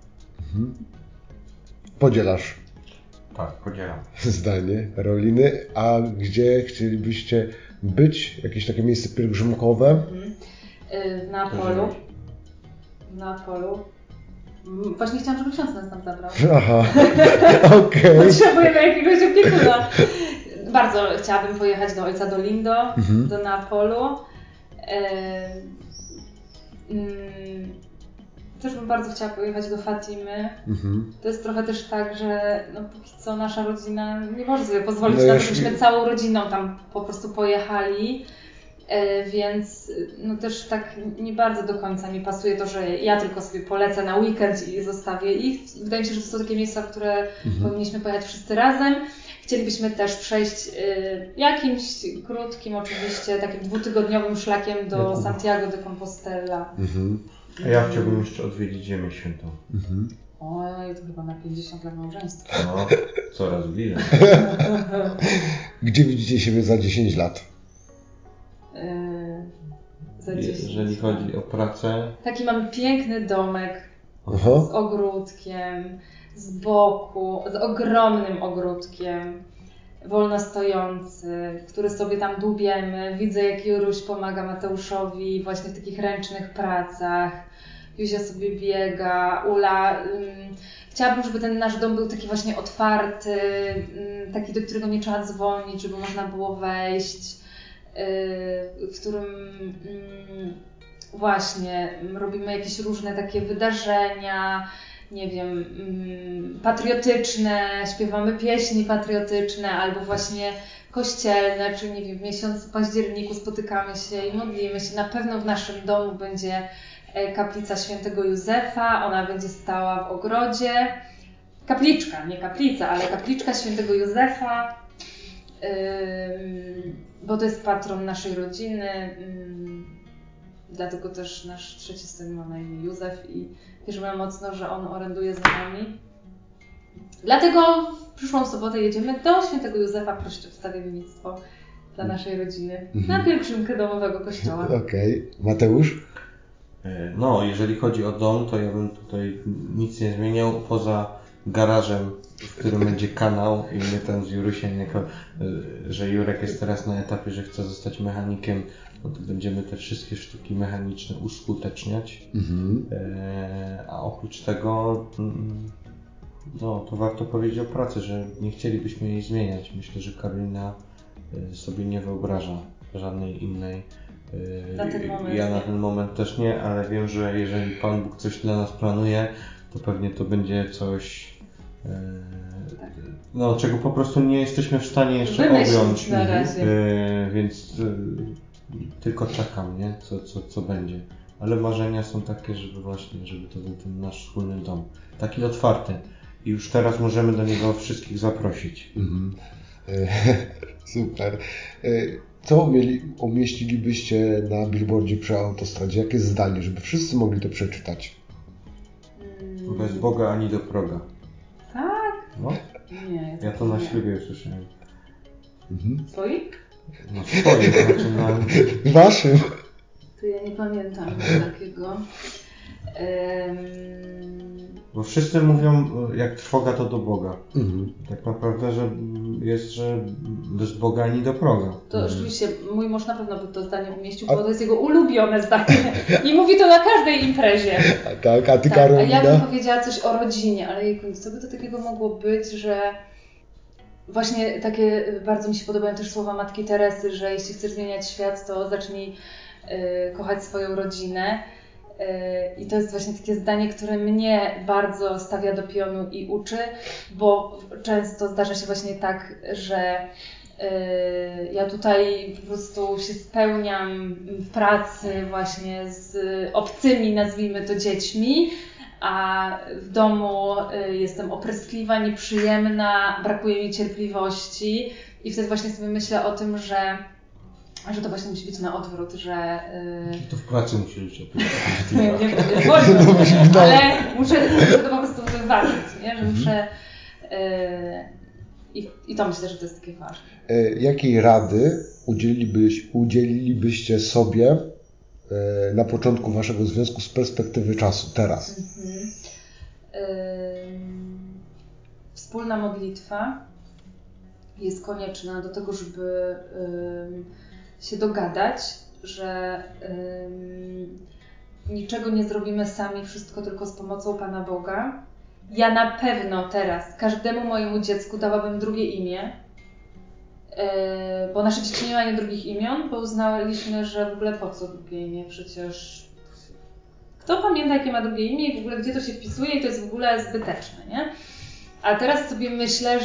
Podzielasz? Tak, podzielam. Zdanie Karoliny. A gdzie chcielibyście być? Jakieś takie miejsce pielgrzymkowe? W Neapolu. W Neapolu. Właśnie chciałam, żeby ksiądz nas tam zabrał. Aha, okej. Potrzebujemy jakiegoś opiekuna. Bardzo chciałabym pojechać do ojca Dolindo, do Neapolu. Też bym bardzo chciała pojechać do Fatimy. To jest trochę też tak, że póki co nasza rodzina nie może sobie pozwolić na to, żebyśmy całą rodziną tam po prostu pojechali. Więc też tak nie bardzo do końca mi pasuje to, że ja tylko sobie polecę na weekend i zostawię ich. Wydaje mi się, że to są takie miejsca, w które powinniśmy pojechać wszyscy razem. Chcielibyśmy też przejść jakimś krótkim, oczywiście, takim 2-tygodniowym szlakiem do Santiago de Compostela. A ja chciałbym jeszcze odwiedzić Ziemię Świętą. Oj, to chyba na 50 lat małżeństwa. No, coraz bliżej. Gdzie widzicie siebie za 10 lat? Jeżeli chodzi o pracę... Taki mamy piękny domek z ogródkiem, z boku, z ogromnym ogródkiem, wolno stojący, który sobie tam dłubiemy. Widzę, jak Juruś pomaga Mateuszowi właśnie w takich ręcznych pracach. Józia sobie biega, Ula. Chciałabym, żeby ten nasz dom był taki właśnie otwarty, taki, do którego nie trzeba dzwonić, żeby można było wejść, w którym właśnie robimy jakieś różne takie wydarzenia, nie wiem, patriotyczne, śpiewamy pieśni patriotyczne albo właśnie kościelne, czyli nie wiem, w miesiącu październiku spotykamy się i modlimy się. Na pewno w naszym domu będzie kaplica Świętego Józefa, ona będzie stała w ogrodzie. Kapliczka, nie kaplica, ale kapliczka Świętego Józefa, bo to jest patron naszej rodziny. Dlatego też nasz trzeci syn ma na imię Józef i wierzymy mocno, że on oręduje za nami. Dlatego w przyszłą sobotę jedziemy do Świętego Józefa prosić o wstawiennictwo dla naszej rodziny na pielgrzymkę domowego kościoła. Okej. Mateusz? No, jeżeli chodzi o dom, to ja bym tutaj nic nie zmieniał poza garażem, w którym będzie kanał i my tam z Jurusiem, jako że Jurek jest teraz na etapie, że chce zostać mechanikiem, no to będziemy te wszystkie sztuki mechaniczne uskuteczniać. A oprócz tego, no to warto powiedzieć o pracy, że nie chcielibyśmy jej zmieniać. Myślę, że Karolina sobie nie wyobraża żadnej innej. Ja na ten moment też nie, ale wiem, że jeżeli Pan Bóg coś dla nas planuje, to pewnie to będzie coś, no, czego po prostu nie jesteśmy w stanie jeszcze objąć. Na razie. Więc tylko czekam, nie? Co będzie. Ale marzenia są takie, żeby to był ten nasz wspólny dom. Taki otwarty. I już teraz możemy do niego wszystkich zaprosić. Super. Co umieścilibyście na billboardzie przy autostradzie? Jakie zdanie, żeby wszyscy mogli to przeczytać? Bez Boga ani do proga. Tak? No? Nie. Ja to na ślubie usłyszałem. Swoim? No swoim, znaczy na... Waszym? To ja nie pamiętam takiego. Bo wszyscy mówią, jak trwoga to do Boga. Tak naprawdę, że jest, że bez Boga ani do proga. To oczywiście mój mąż na pewno by to zdanie umieścił, bo to jest jego ulubione zdanie. I mówi to na każdej imprezie. Tak, a ty Karolina? A ja bym powiedziała coś o rodzinie, ale co by to takiego mogło być, że właśnie takie, bardzo mi się podobają też słowa Matki Teresy, że jeśli chcesz zmieniać świat, to zacznij kochać swoją rodzinę. I to jest właśnie takie zdanie, które mnie bardzo stawia do pionu i uczy, bo często zdarza się właśnie tak, że ja tutaj po prostu się spełniam w pracy właśnie z obcymi, nazwijmy to, dziećmi, a w domu jestem opryskliwa, nieprzyjemna, brakuje mi cierpliwości i wtedy właśnie sobie myślę o tym, że to właśnie musi być na odwrót, że... To w pracy musi być nie wolno, ale muszę to po prostu wyważyć, nie? Że muszę... I to myślę, że to jest takie ważne. Jakiej rady udzielilibyście sobie na początku waszego związku z perspektywy czasu, teraz? Wspólna modlitwa jest konieczna do tego, żeby się dogadać, że niczego nie zrobimy sami, wszystko tylko z pomocą Pana Boga. Ja na pewno teraz każdemu mojemu dziecku dałabym drugie imię, bo nasze dzieci nie mają drugich imion, bo uznaliśmy, że w ogóle po co drugie imię, przecież kto pamięta, jakie ma drugie imię i w ogóle gdzie to się wpisuje i to jest w ogóle zbyteczne, nie? A teraz sobie myślę,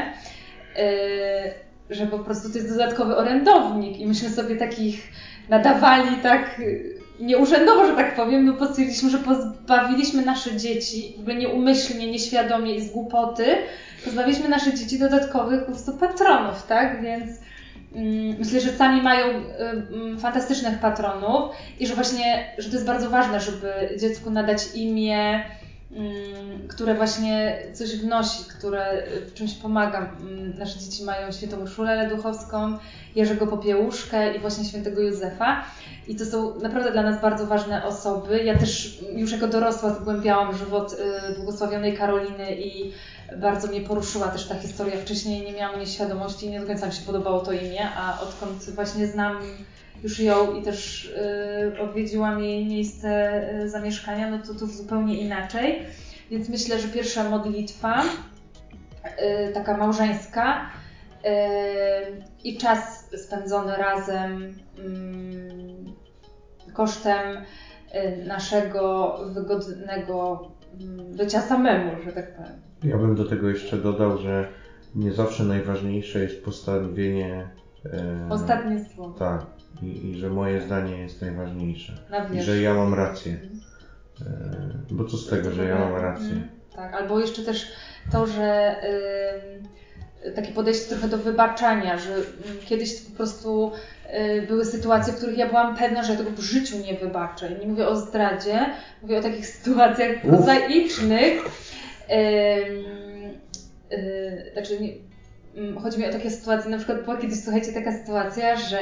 że po prostu to jest dodatkowy orędownik i myśmy sobie takich nadawali tak nieurzędowo, że tak powiem, no bo stwierdziliśmy, że pozbawiliśmy nasze dzieci, w ogóle nieumyślnie, nieświadomie i z głupoty, pozbawiliśmy nasze dzieci dodatkowych po prostu patronów, tak? Więc myślę, że sami mają fantastycznych patronów i że właśnie, że to jest bardzo ważne, żeby dziecku nadać imię, które właśnie coś wnosi, które w czymś pomaga. Nasze dzieci mają świętą Urszulę Duchowską, Jerzego Popiełuszkę i właśnie świętego Józefa. I to są naprawdę dla nas bardzo ważne osoby. Ja też już jako dorosła zgłębiałam żywot błogosławionej Karoliny i bardzo mnie poruszyła też ta historia. Wcześniej nie miałam nieświadomości i nie do końca mi się podobało to imię, a odkąd właśnie znam już ją i też odwiedziłam jej miejsce zamieszkania, no to zupełnie inaczej. Więc myślę, że pierwsza modlitwa, taka małżeńska i czas spędzony razem kosztem naszego wygodnego bycia samemu, że tak powiem. Ja bym do tego jeszcze dodał, że nie zawsze najważniejsze jest postanowienie... Ostatnie słowo. Tak. I że moje zdanie jest najważniejsze. I że ja mam rację. Bo co z tego, że ja mam rację? Tak, albo jeszcze też to, że takie podejście trochę do wybaczania, że kiedyś po prostu były sytuacje, w których ja byłam pewna, że ja tego w życiu nie wybaczę. I nie mówię o zdradzie, mówię o takich sytuacjach prozaicznych. Znaczy, chodzi mi o takie sytuacje, na przykład była kiedyś, słuchajcie, taka sytuacja, że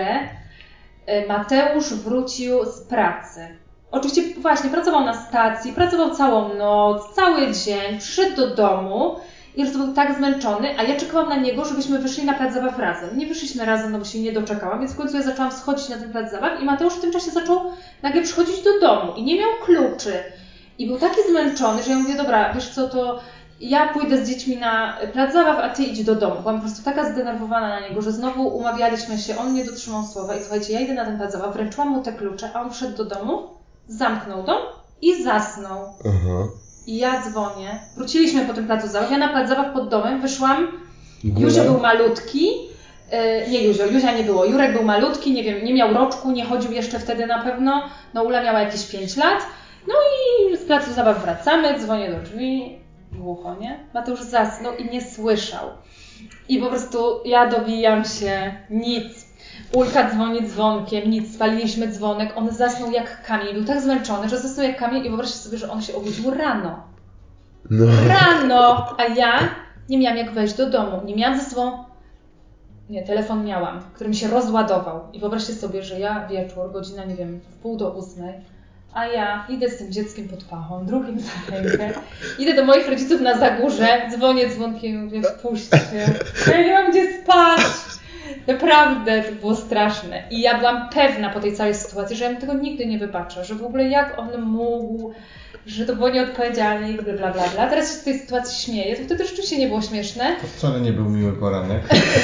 Mateusz wrócił z pracy. Oczywiście właśnie pracował na stacji, pracował całą noc, cały dzień, przyszedł do domu i już był tak zmęczony, a ja czekałam na niego, żebyśmy wyszli na plac zabaw razem. Nie wyszliśmy razem, no bo się nie doczekałam, więc w końcu ja zaczęłam schodzić na ten plac zabaw i Mateusz w tym czasie zaczął nagle przychodzić do domu i nie miał kluczy. I był taki zmęczony, że ja mówię, dobra, wiesz co, to ja pójdę z dziećmi na plac zabaw, a ty idź do domu. Byłam po prostu taka zdenerwowana na niego, że znowu umawialiśmy się, on nie dotrzymał słowa i słuchajcie, ja idę na ten plac zabaw, wręczyłam mu te klucze, a on wszedł do domu, zamknął dom i zasnął. I ja dzwonię, wróciliśmy po tym placu zabaw, ja na plac zabaw pod domem wyszłam, Józio był malutki, nie Józia nie było, Jurek był malutki, nie wiem, nie miał roczku, nie chodził jeszcze wtedy na pewno, no Ula miała jakieś 5 lat, no i z placu zabaw wracamy, dzwonię do drzwi, głucho, nie? Mateusz zasnął i nie słyszał. I po prostu ja dobijam się, nic. Ulka dzwoni dzwonkiem, nic. Spaliliśmy dzwonek, on zasnął jak kamień. Był tak zmęczony, że zasnął jak kamień i wyobraźcie sobie, że on się obudził rano. No. Rano! A ja nie miałam jak wejść do domu. Nie miałam ze sobą... Nie, telefon miałam, który mi się rozładował. I wyobraźcie sobie, że ja wieczór, godzina, nie wiem, 7:30, a ja idę z tym dzieckiem pod pachą, drugim za rękę, idę do moich rodziców na Zagórze, dzwonię dzwonkiem i mówię, wpuśćcie, ja nie mam gdzie spać. Naprawdę, to było straszne. I ja byłam pewna po tej całej sytuacji, że ja mu tego nigdy nie wybaczę, że w ogóle jak on mógł, że to było nieodpowiedzialne i bla, bla, bla, bla. Teraz się z tej sytuacji śmieję, to wtedy rzeczywiście nie było śmieszne. To wcale nie był miły poranek.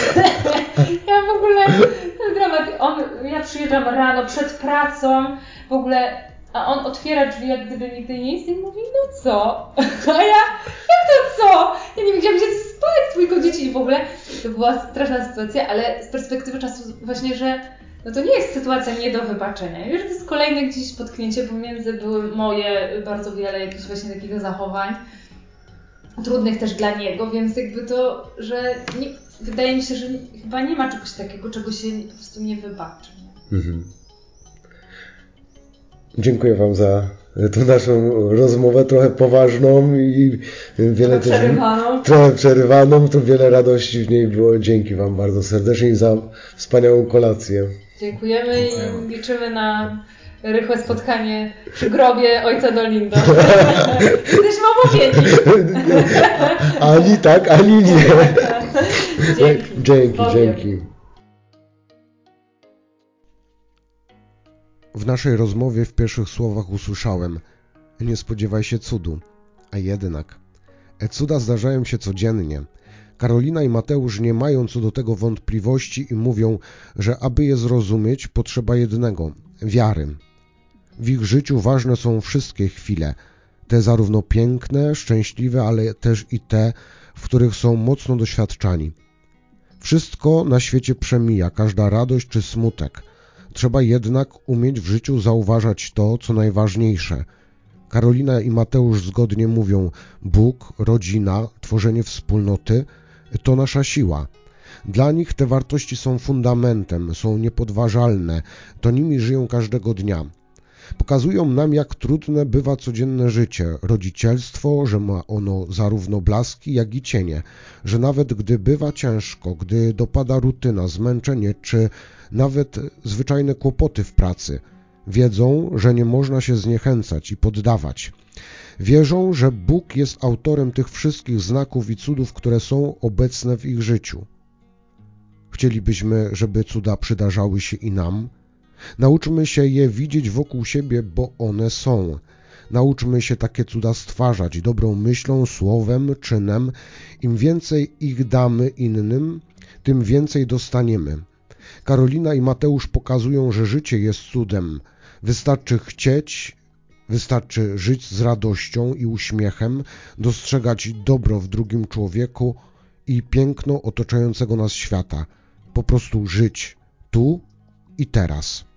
Ja w ogóle, dramat, ja przyjeżdżam rano przed pracą, w ogóle... A on otwiera drzwi jak gdyby nigdy nic i mówi, no co? A ja, jak to co? Ja nie wiedziałam, gdzie spać, dwójko dzieci i w ogóle. To była straszna sytuacja, ale z perspektywy czasu właśnie, że no to nie jest sytuacja nie do wybaczenia. Już to jest kolejne gdzieś potknięcie pomiędzy, były moje bardzo wiele jakichś właśnie takich zachowań, trudnych też dla niego, więc jakby to, że wydaje mi się, że chyba nie ma czegoś takiego, czego się po prostu nie wybaczy. Mhm. Dziękuję Wam za tą naszą rozmowę, trochę poważną i wiele trochę przerywaną, to wiele radości w niej było. Dzięki Wam bardzo serdecznie za wspaniałą kolację. Dziękujemy i liczymy na rychłe spotkanie przy grobie ojca Dolindo. Jesteśmy omówieni. Ani tak, ani nie. Dzięki. W naszej rozmowie w pierwszych słowach usłyszałem: nie spodziewaj się cudu, a jednak. Cuda zdarzają się codziennie. Karolina i Mateusz nie mają co do tego wątpliwości i mówią, że aby je zrozumieć, potrzeba jednego – wiary. W ich życiu ważne są wszystkie chwile, te zarówno piękne, szczęśliwe, ale też i te, w których są mocno doświadczani. Wszystko na świecie przemija, każda radość czy smutek. Trzeba jednak umieć w życiu zauważać to, co najważniejsze. Karolina i Mateusz zgodnie mówią: Bóg, rodzina, tworzenie wspólnoty to nasza siła. Dla nich te wartości są fundamentem, są niepodważalne, to nimi żyją każdego dnia. Pokazują nam, jak trudne bywa codzienne życie, rodzicielstwo, że ma ono zarówno blaski, jak i cienie, że nawet gdy bywa ciężko, gdy dopada rutyna, zmęczenie czy nawet zwyczajne kłopoty w pracy, wiedzą, że nie można się zniechęcać i poddawać. Wierzą, że Bóg jest autorem tych wszystkich znaków i cudów, które są obecne w ich życiu. Chcielibyśmy, żeby cuda przydarzały się i nam. Nauczmy się je widzieć wokół siebie, bo one są. Nauczmy się takie cuda stwarzać dobrą myślą, słowem, czynem. Im więcej ich damy innym, tym więcej dostaniemy. Karolina i Mateusz pokazują, że życie jest cudem. Wystarczy chcieć, wystarczy żyć z radością i uśmiechem, dostrzegać dobro w drugim człowieku i piękno otaczającego nas świata. Po prostu żyć tu i teraz.